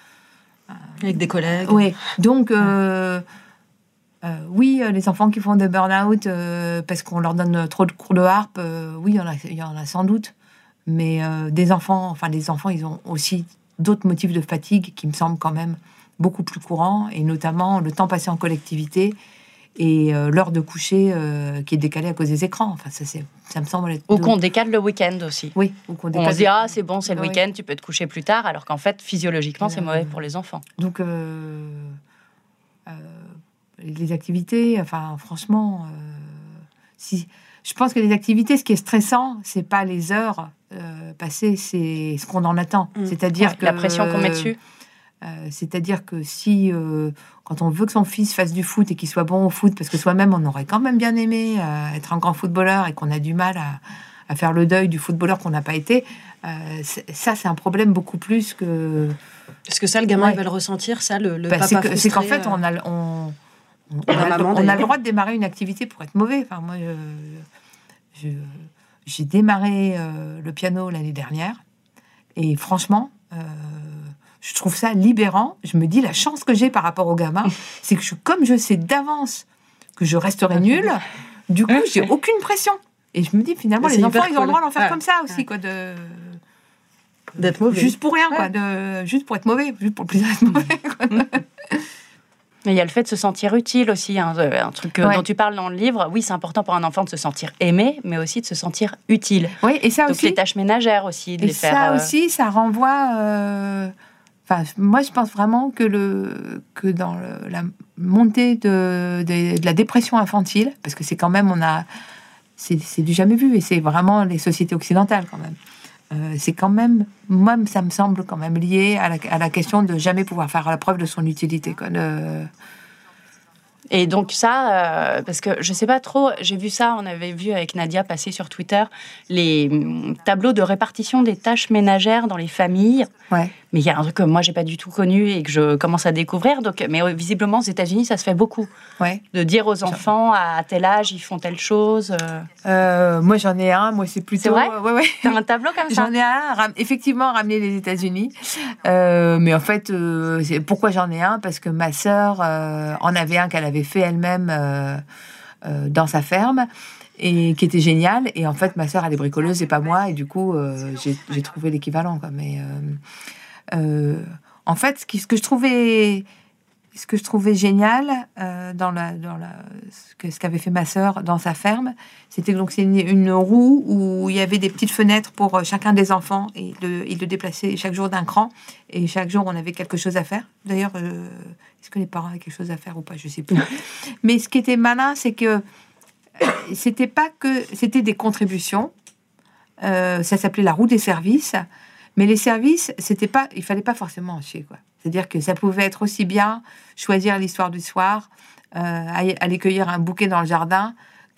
Avec des collègues. Oui, donc, euh, euh, oui, euh, les enfants qui font des burn-out euh, parce qu'on leur donne trop de cours de harpe, euh, oui, il y en a, il y en a sans doute. Mais euh, des enfants, enfin, les enfants, ils ont aussi d'autres motifs de fatigue qui me semblent quand même beaucoup plus courants, et notamment le temps passé en collectivité et euh, l'heure de coucher euh, qui est décalée à cause des écrans. Enfin, ça, c'est, ça me semble être... Ou deux- qu'on décale le week-end aussi. Oui, ou qu'on On décale... se dit, ah, c'est bon, c'est le Oui. week-end, tu peux te coucher plus tard, alors qu'en fait, physiologiquement, c'est Euh, mauvais pour les enfants. Donc, euh, euh, les activités, enfin, franchement, euh, si, je pense que les activités, ce qui est stressant, c'est pas les heures euh, passées, c'est ce qu'on en attend. Mm. C'est-à-dire Ouais, que la pression qu'on met dessus. euh, c'est-à-dire que si, euh, quand on veut que son fils fasse du foot et qu'il soit bon au foot, parce que soi-même, on aurait quand même bien aimé euh, être un grand footballeur et qu'on a du mal à, à faire le deuil du footballeur qu'on n'a pas été, euh, c'est- ça, c'est un problème beaucoup plus que... Parce que ça, le gamin, Ouais. il va le ressentir, ça, le, le Bah, papa c'est, que- c'est qu'en frustré, fait, euh, on a, le- on, on, La a, le- maman, on a d'ailleurs. le droit de démarrer une activité pour être mauvais. Enfin, moi, je- je- j'ai démarré euh, le piano l'année dernière. Et franchement, euh, je trouve ça libérant. Je me dis, la chance que j'ai par rapport au gamin, c'est que je, comme je sais d'avance que je resterai nulle, du coup, j'ai aucune pression. Et je me dis, finalement, C'est les hyper enfants, ils ont le droit d'en faire cool. comme ça aussi, Ouais. quoi, de... d'être mauvais. Juste pour rien, quoi, Ouais. de... juste pour être mauvais, juste pour le plaisir d'être mauvais. quoi. Mais il y a le fait de se sentir utile aussi, hein, euh, un truc euh, Ouais. dont tu parles dans le livre. Oui, c'est important pour un enfant de se sentir aimé, mais aussi de se sentir utile. Oui, et ça Donc aussi... les tâches ménagères aussi, de Et les faire. ça euh, aussi, ça renvoie. euh, Enfin, moi, je pense vraiment que le que dans le- la montée de, de, de la dépression infantile, parce que c'est quand même, on a, c'est, c'est du jamais vu, et c'est vraiment les sociétés occidentales quand même. Euh, c'est quand même, moi, ça me semble quand même lié à la, à la question de jamais pouvoir faire la preuve de son utilité, quoi. De- Et donc ça, euh, parce que je sais pas trop, j'ai vu ça, on avait vu avec Nadia passer sur Twitter les hum, tableaux de répartition des tâches ménagères dans les familles. Ouais. Mais il y a un truc que moi j'ai pas du tout connu et que je commence à découvrir. Donc, mais euh, visiblement aux États-Unis, ça se fait beaucoup Ouais. de dire aux enfants à tel âge ils font telle chose. euh. Euh, moi, j'en ai un. Moi, c'est plutôt. C'est vrai Ouais, ouais. T'as un tableau comme ça? J'en ai un, ram- effectivement, ramené les États-Unis. Euh, mais en fait, euh, c'est- pourquoi j'en ai un? Parce que ma sœur euh, en avait un qu'elle avait fait elle-même euh, euh, dans sa ferme et qui était génial. Et en fait, ma sœur, elle est bricoleuse et pas moi. Et du coup, euh, j'ai, j'ai trouvé l'équivalent, quoi. Mais euh, euh, en fait, ce, qui- ce que je trouvais ce que je trouvais génial euh, dans, la, dans la, ce, que, ce qu'avait fait ma sœur dans sa ferme, c'était que donc, c'est une, une roue où il y avait des petites fenêtres pour euh, chacun des enfants. Et le, il le déplaçait chaque jour d'un cran. Et chaque jour, on avait quelque chose à faire. D'ailleurs, euh, est-ce que les parents avaient quelque chose à faire ou pas? Je ne sais plus. Mais ce qui était malin, c'est que euh, c'était pas que... C'était des contributions. Euh, ça s'appelait la roue des services. Mais les services, c'était pas, il fallait pas forcément en chier, quoi. C'est-à-dire que ça pouvait être aussi bien choisir l'histoire du soir, euh, aller cueillir un bouquet dans le jardin,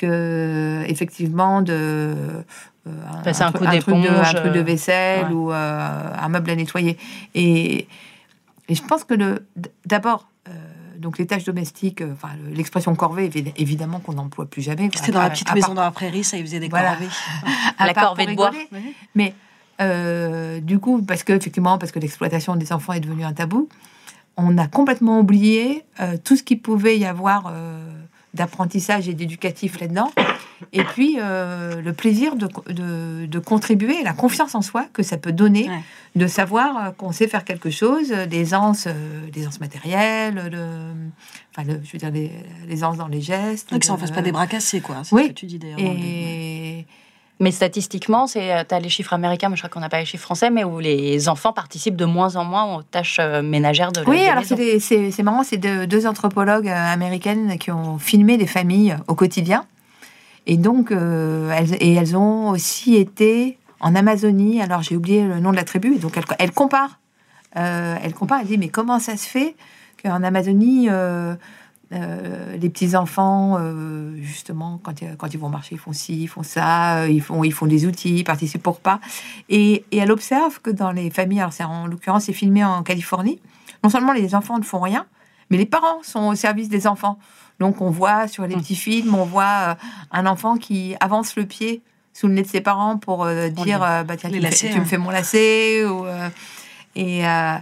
que effectivement de euh, un, Passer un, un, coup un, truc de, un truc de vaisselle ouais. ou euh, un meuble à nettoyer. Et, et je pense que le, d'abord, euh, donc les tâches domestiques, enfin euh, l'expression corvée, évidemment qu'on n'emploie plus jamais. C'était dans la petite maison part, dans la prairie, ça, ils faisaient des voilà. corvées. La corvée de bois. Oui. Mais Euh, du coup, parce que effectivement, parce que l'exploitation des enfants est devenue un tabou, on a complètement oublié euh, tout ce qu'il pouvait y avoir euh, d'apprentissage et d'éducatif là-dedans. Et puis euh, le plaisir de, de, de contribuer, la confiance en soi que ça peut donner, ouais. de savoir qu'on sait faire quelque chose, l'aisance, euh, l'aisance matérielle, le, enfin, le, je veux dire les, l'aisance dans les gestes. Donc, que ça en fasse pas des bras cassés, quoi. C'est oui. ce que tu dis d'ailleurs. Et Mais statistiquement, c'est, tu as les chiffres américains, mais je crois qu'on n'a pas les chiffres français, mais où les enfants participent de moins en moins aux tâches ménagères de la Oui, des alors maisons. c'est, des, c'est, c'est marrant, c'est de, deux anthropologues américaines qui ont filmé des familles au quotidien. Et donc, euh, elles, et elles ont aussi été en Amazonie. Alors, j'ai oublié le nom de la tribu. Et donc, elles, elles comparent. Euh, elles comparent, elles disent, mais comment ça se fait qu'en Amazonie... Euh, Euh, les petits enfants, euh, justement, quand, quand ils vont marcher, ils font ci, ils font ça, euh, ils font, ils font des outils, ils participent au repas. Et, et elle observe que dans les familles, alors c'est, en l'occurrence, c'est filmé en Californie, non seulement les enfants ne font rien, mais les parents sont au service des enfants. Donc on voit sur les petits films, on voit euh, un enfant qui avance le pied sous le nez de ses parents pour euh, dire euh, bah, tiens, tu, lacets, me fais, hein. tu me fais mon lacet. Ou, euh, et, euh,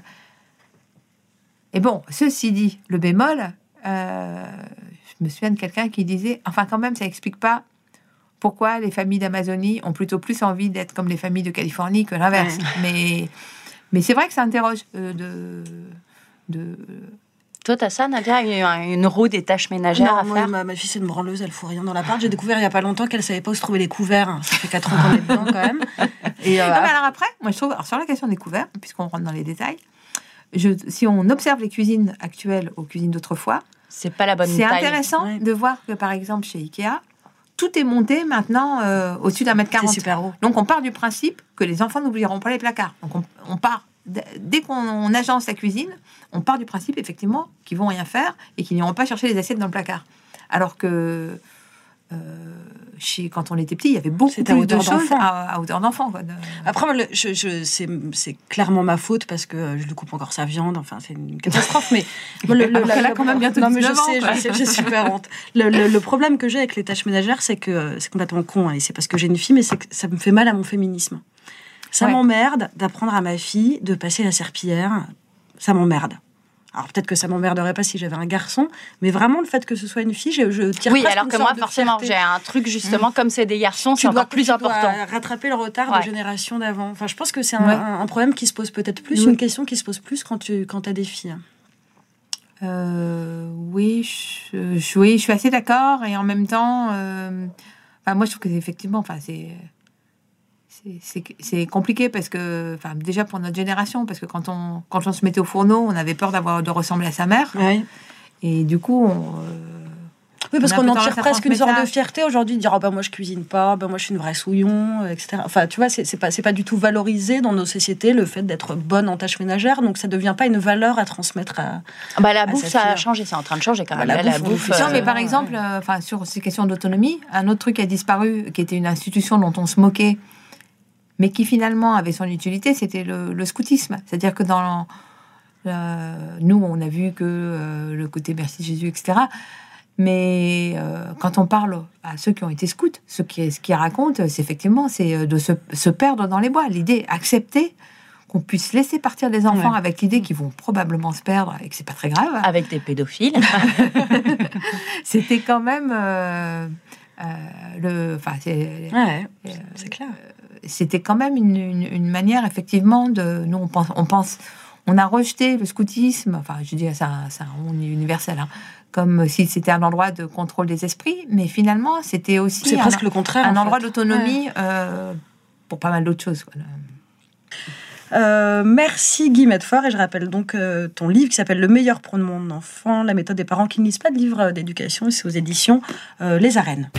et bon, ceci dit, le bémol... Euh, je me souviens de quelqu'un qui disait, enfin quand même ça explique pas pourquoi les familles d'Amazonie ont plutôt plus envie d'être comme les familles de Californie que l'inverse. Ouais. Mais, mais c'est vrai que ça interroge euh, de, de... Toi, t'as ça, Nadia, une, une roue des tâches ménagères non, à moi, faire? ma, ma fille, c'est une branleuse, elle fout rien dans l'appart. J'ai découvert il y a pas longtemps qu'elle savait pas où se trouver les couverts. Ça fait quatre ans qu'on est dedans, quand même. Et, euh, non, mais alors après, moi je trouve, alors, sur la question des couverts, puisqu'on rentre dans les détails, Je, si on observe les cuisines actuelles aux cuisines d'autrefois, c'est pas la bonne c'est taille. intéressant ouais. de voir que, par exemple, chez Ikea, tout est monté maintenant euh, au-dessus d'un mètre quarante. C'est super haut. Donc, on part du principe que les enfants n'oublieront pas les placards. Donc, on, on part, dès qu'on on agence la cuisine, on part du principe, effectivement, qu'ils vont rien faire et qu'ils n'iront pas chercher les assiettes dans le placard. Alors que... Euh, chez, quand on était petit, il y avait beaucoup C'était plus à de choses d'enfant. à, à hauteur d'enfant. Quoi, de... Après, moi, le, je, je, c'est, c'est clairement ma faute parce que je lui coupe encore sa viande. Enfin, c'est une catastrophe. Mais le, le, le, elle a quand même bientôt non, mais dix-neuf je ans. sais, Quoi. je sais, j'ai super honte. Le, le, le problème que j'ai avec les tâches ménagères, c'est que c'est complètement con. Hein, et c'est parce que j'ai une fille, mais c'est que ça me fait mal à mon féminisme. Ça ouais. m'emmerde d'apprendre à ma fille de passer la serpillière. Ça m'emmerde. Alors peut-être que ça m'emmerderait pas si j'avais un garçon, mais vraiment le fait que ce soit une fille, je, je tire oui, presque alors une que moi forcément fierté. j'ai un truc justement mmh. comme c'est des garçons, tu c'est dois, encore plus tu important. Dois rattraper le retard ouais. de génération d'avant. Enfin, je pense que c'est un, ouais. un, un problème qui se pose peut-être plus, oui. une question qui se pose plus quand tu quand t'as des filles. Euh, oui, je, je, oui, je suis assez d'accord et en même temps, euh, enfin, moi je trouve que effectivement, enfin c'est C'est, c'est compliqué parce que, enfin, déjà pour notre génération, parce que quand on, quand on se mettait au fourneau, on avait peur d'avoir, de ressembler à sa mère. Oui. Et du coup, on, oui, parce qu'on en tire presque une sorte ça. de fierté aujourd'hui de dire, oh, bah, moi je cuisine pas, bah, moi je suis une vraie souillon, et cetera. Enfin, tu vois, c'est, c'est, pas, c'est pas du tout valorisé dans nos sociétés le fait d'être bonne en tâches ménagères, donc ça devient pas une valeur à transmettre à. Bah, la bouffe, ça a changé, c'est en train de changer quand même. Bah, la, Là, bouffe, la bouffe. Euh, non, mais par ouais. exemple, enfin, euh, sur ces questions d'autonomie, un autre truc qui a disparu, qui était une institution dont on se moquait, mais qui finalement avait son utilité, c'était le, le scoutisme. C'est-à-dire que dans euh, nous, on a vu que euh, le côté merci Jésus, et cetera. Mais euh, quand on parle à ceux qui ont été scouts, ce qui, ce qui racontent, c'est effectivement c'est de se, se perdre dans les bois. L'idée, accepter qu'on puisse laisser partir des enfants ouais. avec l'idée qu'ils vont probablement se perdre et que c'est pas très grave. Avec des pédophiles. C'était quand même euh, euh, le. Enfin, c'est, ouais, euh, c'est clair. C'était quand même une, une, une manière, effectivement, de. Nous, on pense, on pense, on a rejeté le scoutisme, enfin, je dis, c'est un, c'est un monde universel, hein, comme si c'était un endroit de contrôle des esprits, mais finalement, c'était aussi C'est un, presque le contraire. un en endroit fait. d'autonomie ouais. euh, pour pas mal d'autres choses. Voilà. Euh, merci Guy Medfort, et je rappelle donc euh, ton livre qui s'appelle Le meilleur pour mon enfant, la méthode des parents qui ne lisent pas de livres d'éducation, et c'est aux éditions euh, Les Arènes.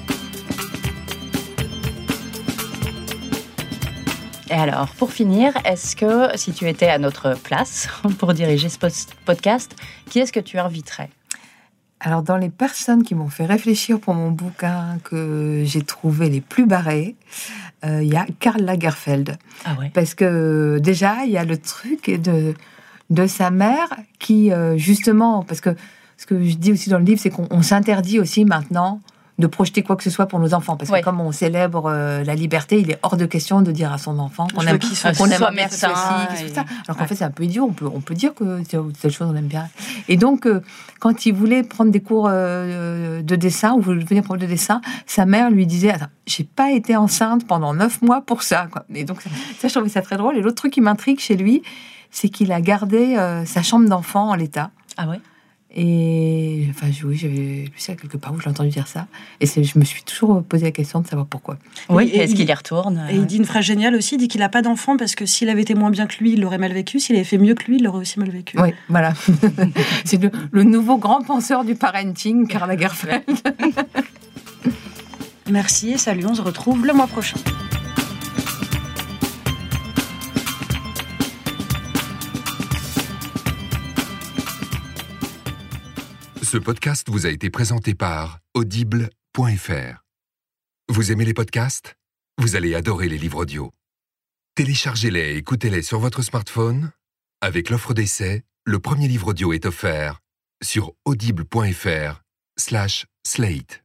Et alors, pour finir, est-ce que si tu étais à notre place pour diriger ce podcast, qui est-ce que tu inviterais ? Alors, dans les personnes qui m'ont fait réfléchir pour mon bouquin, que j'ai trouvé les plus barrées, il euh, y a Karl Lagerfeld. Ah ouais. Parce que déjà, il y a le truc de, de sa mère qui, euh, justement, parce que ce que je dis aussi dans le livre, c'est qu'on on s'interdit aussi maintenant de projeter quoi que ce soit pour nos enfants. Parce ouais. que comme on célèbre euh, la liberté, il est hors de question de dire à son enfant qu'on aime, qu'il soit, qu'on aime soit bien médecin. Ceci, et... ça. Alors qu'en ouais. fait, c'est un peu idiot. On peut, on peut dire que telle chose, on aime bien. Et donc, euh, quand il voulait prendre des cours euh, de dessin, ou devenir prof de dessin, sa mère lui disait « Attends, j'ai pas été enceinte pendant neuf mois pour ça. » quoi. Et donc, ça, ça, je trouvais ça très drôle. Et l'autre truc qui m'intrigue chez lui, c'est qu'il a gardé euh, sa chambre d'enfant en l'état. Ah ouais. Et enfin, oui, j'avais lu ça quelque part où j'ai entendu dire ça. Et c'est, je me suis toujours posé la question de savoir pourquoi. Oui, et, et est-ce il, qu'il y retourne Et il dit une phrase géniale aussi, il dit qu'il n'a pas d'enfant parce que s'il avait été moins bien que lui, il l'aurait mal vécu. S'il avait fait mieux que lui, il l'aurait aussi mal vécu. Oui, voilà. C'est le, le nouveau grand penseur du parenting, Karl Lagerfeld. Merci et salut, on se retrouve le mois prochain. Ce podcast vous a été présenté par audible point f r. Vous aimez les podcasts ? Vous allez adorer les livres audio. Téléchargez-les et écoutez-les sur votre smartphone. Avec l'offre d'essai, le premier livre audio est offert sur audible point f r slash slate.